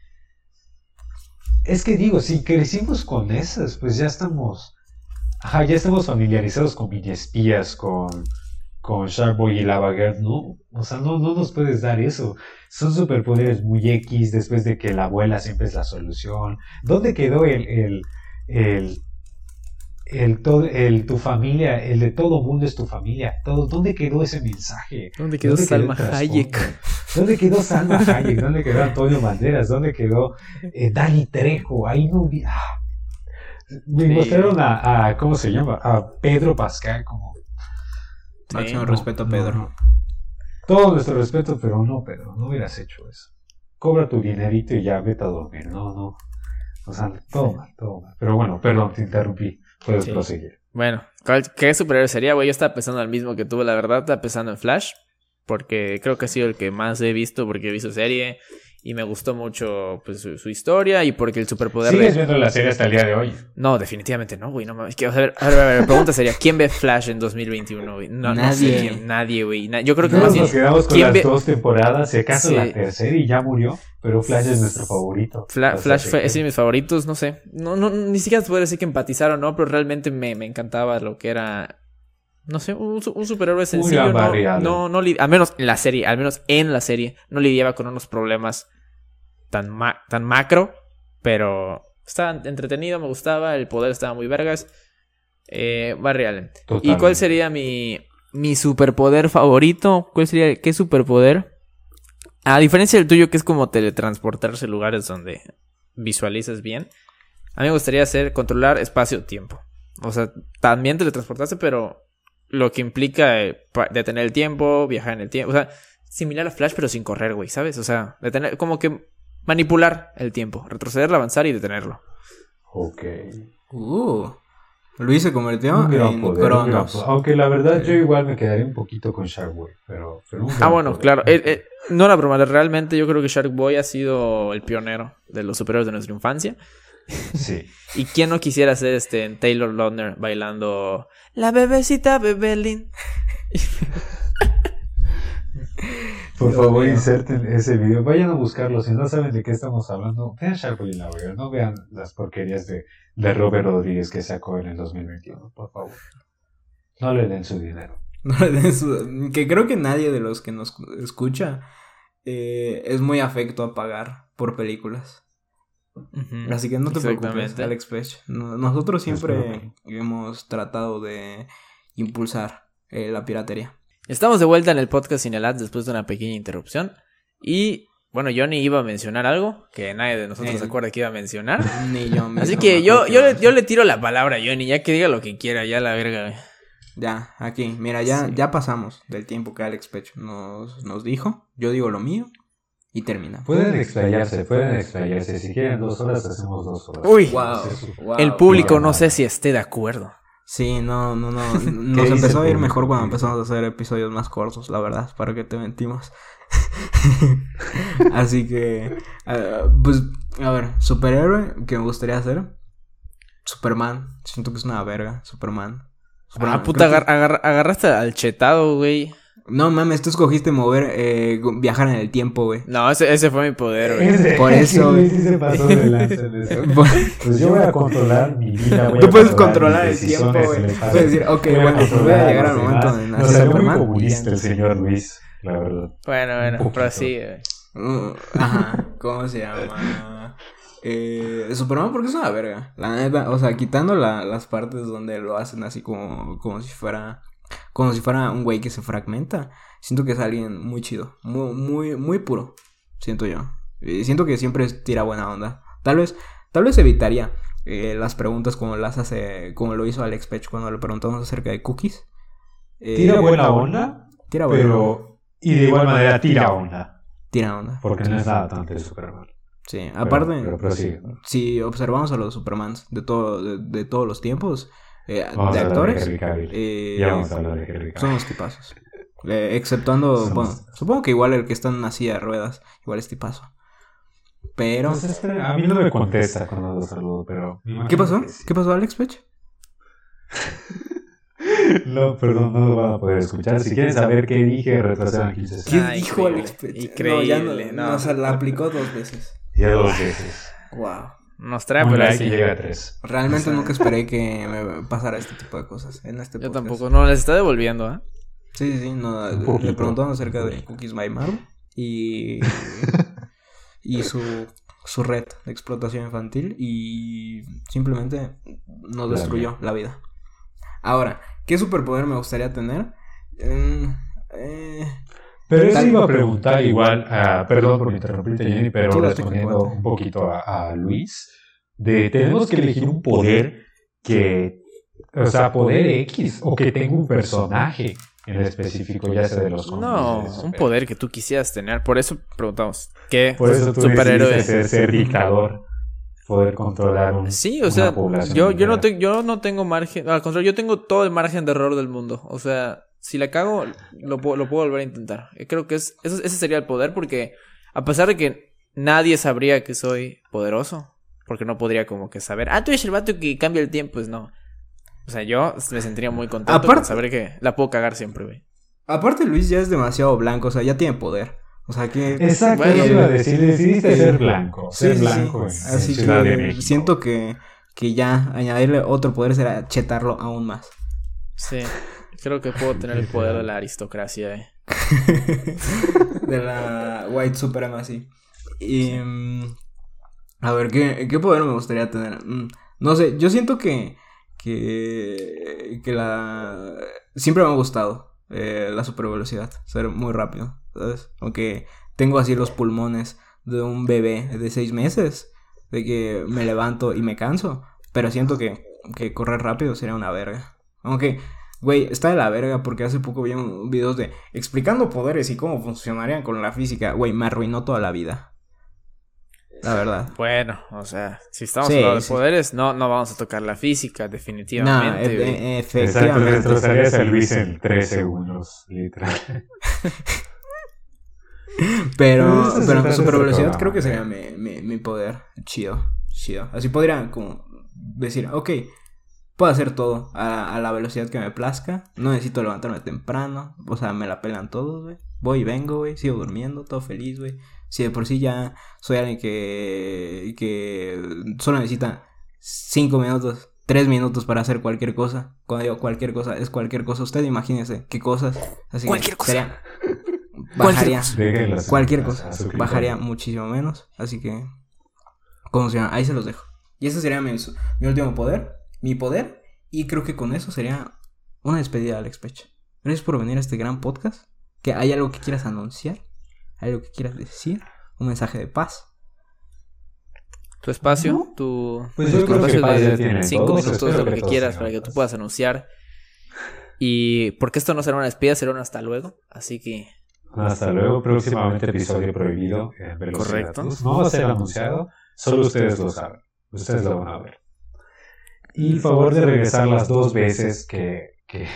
Es que digo, si crecimos con esas, pues ya estamos familiarizados con mini espías, con Shark Boy y Lava Girl, ¿no? O sea, no nos puedes dar eso. Son superpoderes muy X después de que la abuela siempre es la solución. ¿Dónde quedó tu familia, el de todo mundo es tu familia? ¿Dónde quedó ese mensaje? ¿Dónde quedó Salma Hayek? ¿Dónde quedó Salma Hayek? ¿Dónde quedó Antonio Banderas? ¿Dónde quedó Dani Trejo? Ahí no vi. Me mostraron a ¿cómo se llama? A Pedro Pascal como... Máximo respeto a Pedro. No. Todo nuestro respeto, pero no, Pedro, no hubieras hecho eso. Cobra tu dinerito y ya vete a dormir. No. O sea, todo mal. Pero bueno, perdón, te interrumpí. Puedes proseguir. Bueno, ¿qué superhéroe sería, güey? Yo estaba pensando en el mismo que tú, la verdad. Estaba pensando en Flash. Porque creo que ha sido el que más he visto, porque he visto serie. Y me gustó mucho pues, su historia y porque el superpoder... ¿Sigues viendo la serie hasta el día de hoy? No, definitivamente no, güey. No mames. A ver, la pregunta sería, ¿quién ve Flash en 2021, güey? No sé quién. Nadie, güey. Yo creo que Todos más bien... nos quedamos con las dos temporadas, si acaso la tercera y ya murió. Pero Flash es nuestro favorito. Flash es de mis favoritos, no sé. No, ni siquiera te puedo decir que empatizaron, ¿no? Pero realmente me encantaba lo que era... No sé, un superhéroe sencillo, al menos en la serie, no lidiaba con unos problemas tan macro, pero estaba entretenido, me gustaba, el poder estaba muy vergas. Barry Allen. Totalmente. ¿Y cuál sería mi superpoder favorito? ¿Qué superpoder? A diferencia del tuyo, que es como teletransportarse a lugares donde visualizas bien, a mí me gustaría controlar espacio-tiempo. O sea, también teletransportarse, pero... lo que implica detener el tiempo, viajar en el tiempo. O sea, similar a Flash, pero sin correr, güey, ¿sabes? O sea, detener, como que manipular el tiempo. Retrocederlo, avanzar y detenerlo. Ok. Luis se convirtió en Cronos. Aunque la verdad yo igual me quedaría un poquito con Shark Boy. Pero bueno, claro. No era broma. Realmente yo creo que Shark Boy ha sido el pionero de los superhéroes de nuestra infancia. Sí. ¿Y quién no quisiera ser en Taylor Lautner bailando la bebecita Bebelín? Por favor, inserten ese video. Vayan a buscarlo. Si no saben de qué estamos hablando, vean Shark Boy y la Boy. No vean las porquerías de Robert Rodríguez que sacó en el 2021. Por favor. No le den su dinero. Que creo que nadie de los que nos escucha es muy afecto a pagar por películas. Uh-huh. Así que no te preocupes, Alex Pech. Nosotros siempre hemos tratado de impulsar la piratería. Estamos de vuelta en el podcast Sin el Ads después de una pequeña interrupción. Y bueno, Johnny iba a mencionar algo que nadie de nosotros se acuerda que iba a mencionar. Ni yo mismo. Así que yo le tiro la palabra a Johnny, ya que diga lo que quiera, ya la verga. Ya, aquí, mira, ya pasamos del tiempo que Alex Pech nos dijo. Yo digo lo mío. Y termina. Pueden explayarse. Si quieren 2 horas, hacemos 2 horas. Uy, wow, el público no sé si esté de acuerdo. Sí, no. Nos empezó a ir mejor cuando empezamos a hacer episodios más cortos, la verdad, para que te mentimos. Así que, pues, a ver, superhéroe que me gustaría hacer. Superman. Siento que es una verga, Superman. Puta, agarraste al chetado, güey. No mames, tú escogiste viajar en el tiempo, güey. No, ese fue mi poder, güey. Por eso. Sí se pasó de lanza en eso. Pues yo voy a controlar mi vida. Tú puedes controlar el tiempo, güey. Puedes decir, ok, bueno, voy a llegar al momento de nacer. No salió muy comunista el señor Luis, la verdad. Bueno, pero sí, güey. Ajá, ¿cómo se llama? Superman porque es una verga. La neta, o sea, quitando las partes donde lo hacen así como si fuera un güey que se fragmenta. Siento que es alguien muy chido. Muy, muy puro. Siento yo. Siento que siempre tira buena onda. Tal vez evitaría las preguntas como lo hizo Alex Pech cuando le preguntamos acerca de cookies. Tira buena onda. Pero. Y de igual manera tira onda. Porque no es nada tanto de Superman. Sí, aparte. Pero sí. Si observamos a los Supermans de todos los tiempos. De actores, vamos a hablar de Henry Cavill. Son los tipazos. Exceptuando, bueno, supongo que igual el que está en una silla de ruedas, igual es tipazo. Pero... Pues espera, a mí no me contesta cuando lo saludo, pero... ¿Qué pasó? Sí. ¿Qué pasó, Alex Pech? No, perdón, no lo van a poder escuchar. Si quieren saber qué dije, retrasaron 15 ¿Qué segundos. dijo Alex Pech? Increíble, No, o sea, la aplicó 2 veces. Ya 2 veces. Wow. Nos trae Un por like así. y llega a 3. Realmente nunca esperé que me pasara este tipo de cosas en este Yo podcast. tampoco. No, les está devolviendo, ¿eh? Sí, no, Un poquito. le preguntaron acerca de Cookies by Maru y su red de explotación infantil y simplemente nos destruyó la vida. Ahora, ¿qué superpoder me gustaría tener? Pero eso Tal- iba a preguntar igual, perdón por interrumpirte, Jenny, pero Sí, date respondiendo cuenta. un poquito a Luis, tenemos que elegir un poder que, o sea, poder X, o que tenga un personaje en específico, ya sea de los No, cómics, un poder que tú quisieras tener. Por eso preguntamos, ¿qué Por eso tú superhéroe? decidiste ser dictador, poder controlar Sí, o una sea, población yo entera. no tengo margen, al contrario, yo tengo todo el margen de error del mundo. O sea, si la cago, lo puedo volver a intentar. Creo que ese sería el poder, porque a pesar de que nadie sabría que soy poderoso, porque no podría como que saber, tú eres el vato que cambia el tiempo, pues no. O sea, yo me sentiría muy contento Aparte- con saber que la puedo cagar siempre, güey. Aparte, Luis ya es demasiado blanco, o sea, ya tiene poder. O sea, que... Exacto, Bueno, eso iba a decir, decidiste ser blanco, Sí, ser sí, blanco sí. en Así Ciudad de que México. siento que ya añadirle otro poder será chetarlo aún más. Sí, creo que puedo tener el poder de la aristocracia, De la White Supremacy. Y... a ver, ¿qué poder me gustaría tener? No sé, yo siento que siempre me ha gustado la supervelocidad, ser muy rápido, ¿sabes? Aunque tengo así los pulmones de un bebé de 6 meses, de que me levanto y me canso, pero siento que correr rápido sería una verga. Aunque, güey, está de la verga porque hace poco vi videos de explicando poderes y cómo funcionarían con la física. Güey, me arruinó toda la vida. La verdad. Bueno, o sea, si estamos Sí, hablando de sí. poderes, no vamos a tocar la física, No, definitivamente, güey. Exacto, efectivamente. destrozarías a Luis en 3 segundos, literal. Pero Eso se trata de supervelocidad este creo que sería programa. mi poder. Chido. Así podría como decir, ok, puedo hacer todo a la velocidad que me plazca. No necesito levantarme temprano. O sea, me la pelan todos, güey. Voy y vengo, güey. Sigo durmiendo, todo feliz, güey. Si de por sí ya soy alguien que solo necesita 5 minutos, 3 minutos para hacer cualquier cosa. Cuando digo cualquier cosa, es cualquier cosa. Usted imagínese qué cosas. Así Cualquier que cosa. sería... Bajaría. Déjenlas Cualquier a cosa. su criterio. Bajaría muchísimo menos. Así que... ¿cómo se llama? Ahí se los dejo. Y ese sería mi último poder. Mi poder. Y creo que con eso sería una despedida de Alex Pech. Gracias por venir a este gran podcast. Que hay algo que quieras anunciar. Hay algo que quieras decir. Un mensaje de paz. Tu espacio, tu Pues yo creo que espacio paz ya de tienen 5 todos, minutos, espero de lo que que todos quieras, tengan para que tú paz. puedas anunciar. Y porque esto no será una despedida, será un hasta luego. Así que, Hasta luego, próximamente episodio prohibido en Velocidad Correcto. Plus. No va a ser anunciado, solo ustedes lo saben. Ustedes lo van a ver. Y el favor de regresar las 2 veces que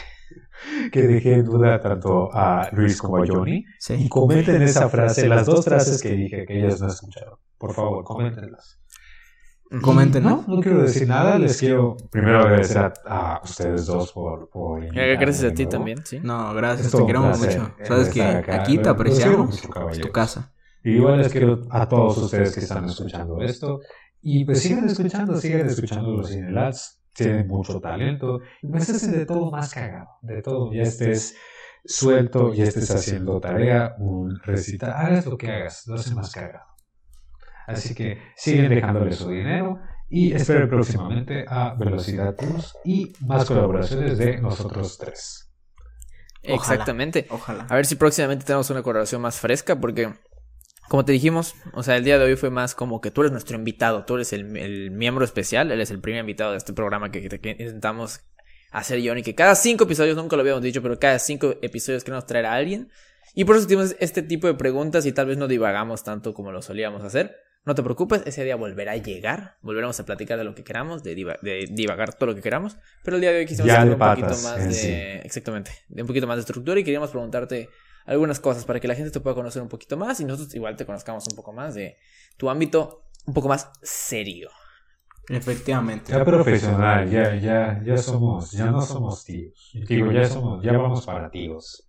dejé en duda tanto a Luis como a Johnny. Y Sí. comenten esa frase, las 2 frases que dije que ellas no escucharon. Por favor, coméntenlas. Coméntenlo. No quiero decir nada, les quiero primero agradecer a ustedes dos por invitarme gracias a ti de nuevo. también, sí. No, gracias. Es todo Te un queremos placer, mucho. Sabes que estar acá. aquí te Los quiero apreciamos. mucho, Es tu caballeros. casa. Y igual les quiero a todos ustedes que están escuchando esto. Y pues sigan escuchando los Cinelats. Tienen mucho talento. Y pues hacen de todo más cagado. De todo. Ya estés suelto, ya estés haciendo tarea, un recital. Hagas lo que hagas, lo haces más cagado. Así que siguen dejándole su dinero. Y esperen próximamente a Velocidad Plus y más colaboraciones de nosotros 3. Ojalá. Exactamente. Ojalá. A ver si próximamente tenemos una colaboración más fresca, porque, como te dijimos, o sea, el día de hoy fue más como que tú eres nuestro invitado, tú eres el miembro especial, él es el primer invitado de este programa que intentamos hacer, Johnny, que cada 5 episodios, nunca lo habíamos dicho, pero cada 5 episodios queremos traer a alguien, y por eso tenemos este tipo de preguntas y tal vez no divagamos tanto como lo solíamos hacer. No te preocupes, ese día volverá a llegar, volveremos a platicar de lo que queramos, de divagar todo lo que queramos, pero el día de hoy quisimos Ya hacer de un poquito patas, más en de... sí. Exactamente, de un poquito más de estructura y queríamos preguntarte algunas cosas para que la gente te pueda conocer un poquito más y nosotros igual te conozcamos un poco más de tu ámbito un poco más serio. Efectivamente. Ya profesional, ya no somos tíos. Digo, ya vamos para tíos.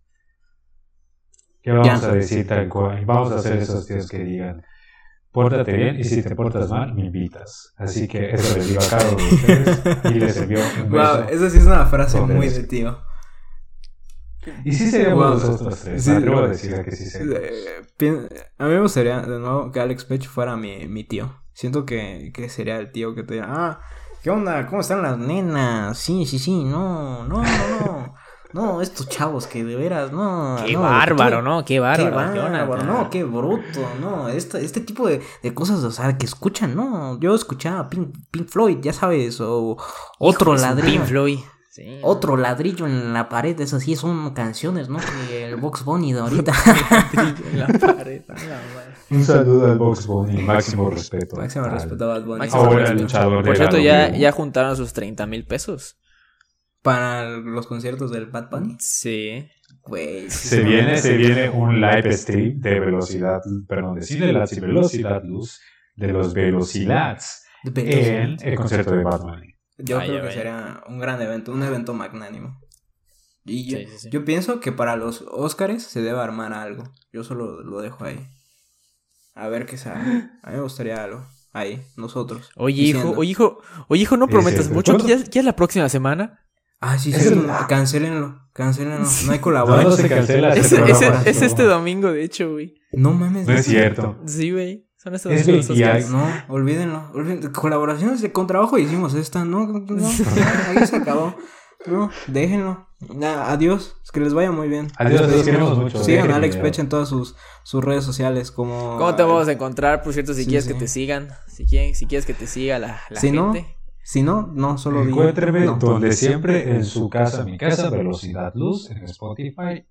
¿Qué vamos a decir tal cual? Vamos a hacer esos tíos que digan, pórtate bien y si te portas mal, me invitas. Así que eso les digo a cada uno de ustedes y les envío un beso. Wow, esa sí es una frase Con muy beso. de tío. Y sí seríamos Wow. nosotros tres. Sí. Me atrevo a decir que sí seríamos. A mí me gustaría de nuevo que Alex Pech fuera mi tío. Siento que sería el tío que te diga, ¿qué onda? ¿Cómo están las nenas? Sí, no. No, estos chavos que de veras, no. Qué no, bárbaro, tú- ¿no? Qué bárbaro. Qué bárbaro, no, qué bruto, no. Este tipo de cosas, o sea, que escuchan, no. Yo escuchaba Pink Floyd, ya sabes, o otro ladrillo. Pink Floyd. Sí. Otro ladrillo en la pared, eso sí son canciones, ¿no? Que el Box Bunny de ahorita. En la pared, a la madre. Un saludo al Box Bunny, máximo respeto. Máximo respeto a Bad Bunny. Máximo Ahora respeto. luchador de Por cierto, la ya juntaron sus 30,000 pesos. Para los conciertos del Bad Bunny. Sí. Güey. sí Se son- viene un live stream de velocidad, perdón, de Cinelats y Velocidad Luz, de los Velocilads, en el concierto de Bad Bunny. Yo Vaya, creo que vaya. será un gran evento, un evento magnánimo. Y Sí. yo pienso que para los Óscares se debe armar algo. Yo solo lo dejo ahí. A ver qué sale. A mí me gustaría algo. Ahí, nosotros. Oye, diciendo. hijo, no Es prometas cierto. mucho. ¿Cuándo? ¿Ya es la próxima semana? Sí, Es el- Cancélenlo. No hay No, colaboración. no se cancela. Es, ese es- programa. es este domingo, de hecho, güey. No mames. No es cierto. Sí, güey. Son estos Es domingos los 20 Oscars. No, olvídenlo. Colaboraciones con trabajo hicimos esta. No, ya, ahí se acabó. No, déjenlo. Adiós. Que les vaya muy bien. Adiós, los queremos mucho. Sigan Dejen a Alex video. Pech en todas sus redes sociales como... ¿Cómo te vamos a encontrar? Por cierto, si Sí, quieres sí. que te sigan. Si quieres que te siga la Si no, gente. Si no, solo digo. Encuéntreme No. donde siempre, en su casa, mi casa, Velocidad Luz, en Spotify,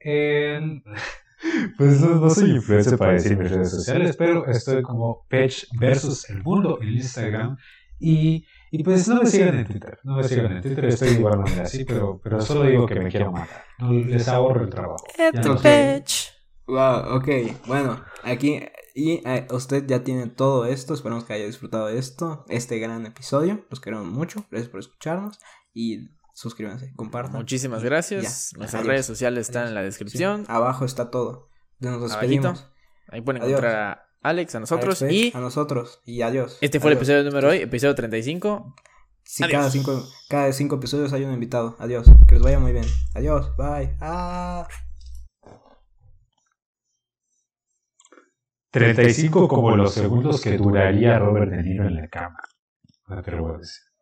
Pues no soy influencer para decir mis redes sociales, pero estoy como Pech versus el mundo en Instagram. Y pues no me sigan en Twitter. No me sigan en Twitter, estoy de igual manera así, pero solo digo que me quiero matar. No les ahorro el trabajo. Ya lo sé. Wow, ok. Bueno, aquí usted ya tiene todo esto. Esperamos que haya disfrutado de este gran episodio. Los queremos mucho. Gracias por escucharnos. Y suscríbanse, compartan. Muchísimas gracias. Ya. Nuestras Adiós. redes sociales están en la descripción. Sí, abajo está todo. Nos Abajito. despedimos. Ahí pueden Adiós. encontrar a Alex, a nosotros. Alex Y Pech, a nosotros. Y adiós. este fue el Adiós. episodio número hoy, episodio 35. Sí, Adiós. cada cinco episodios hay un invitado. Adiós. Que les vaya muy bien. Adiós. Bye. 35 como los segundos que duraría Robert De Niro en la cama. No te lo voy a decir.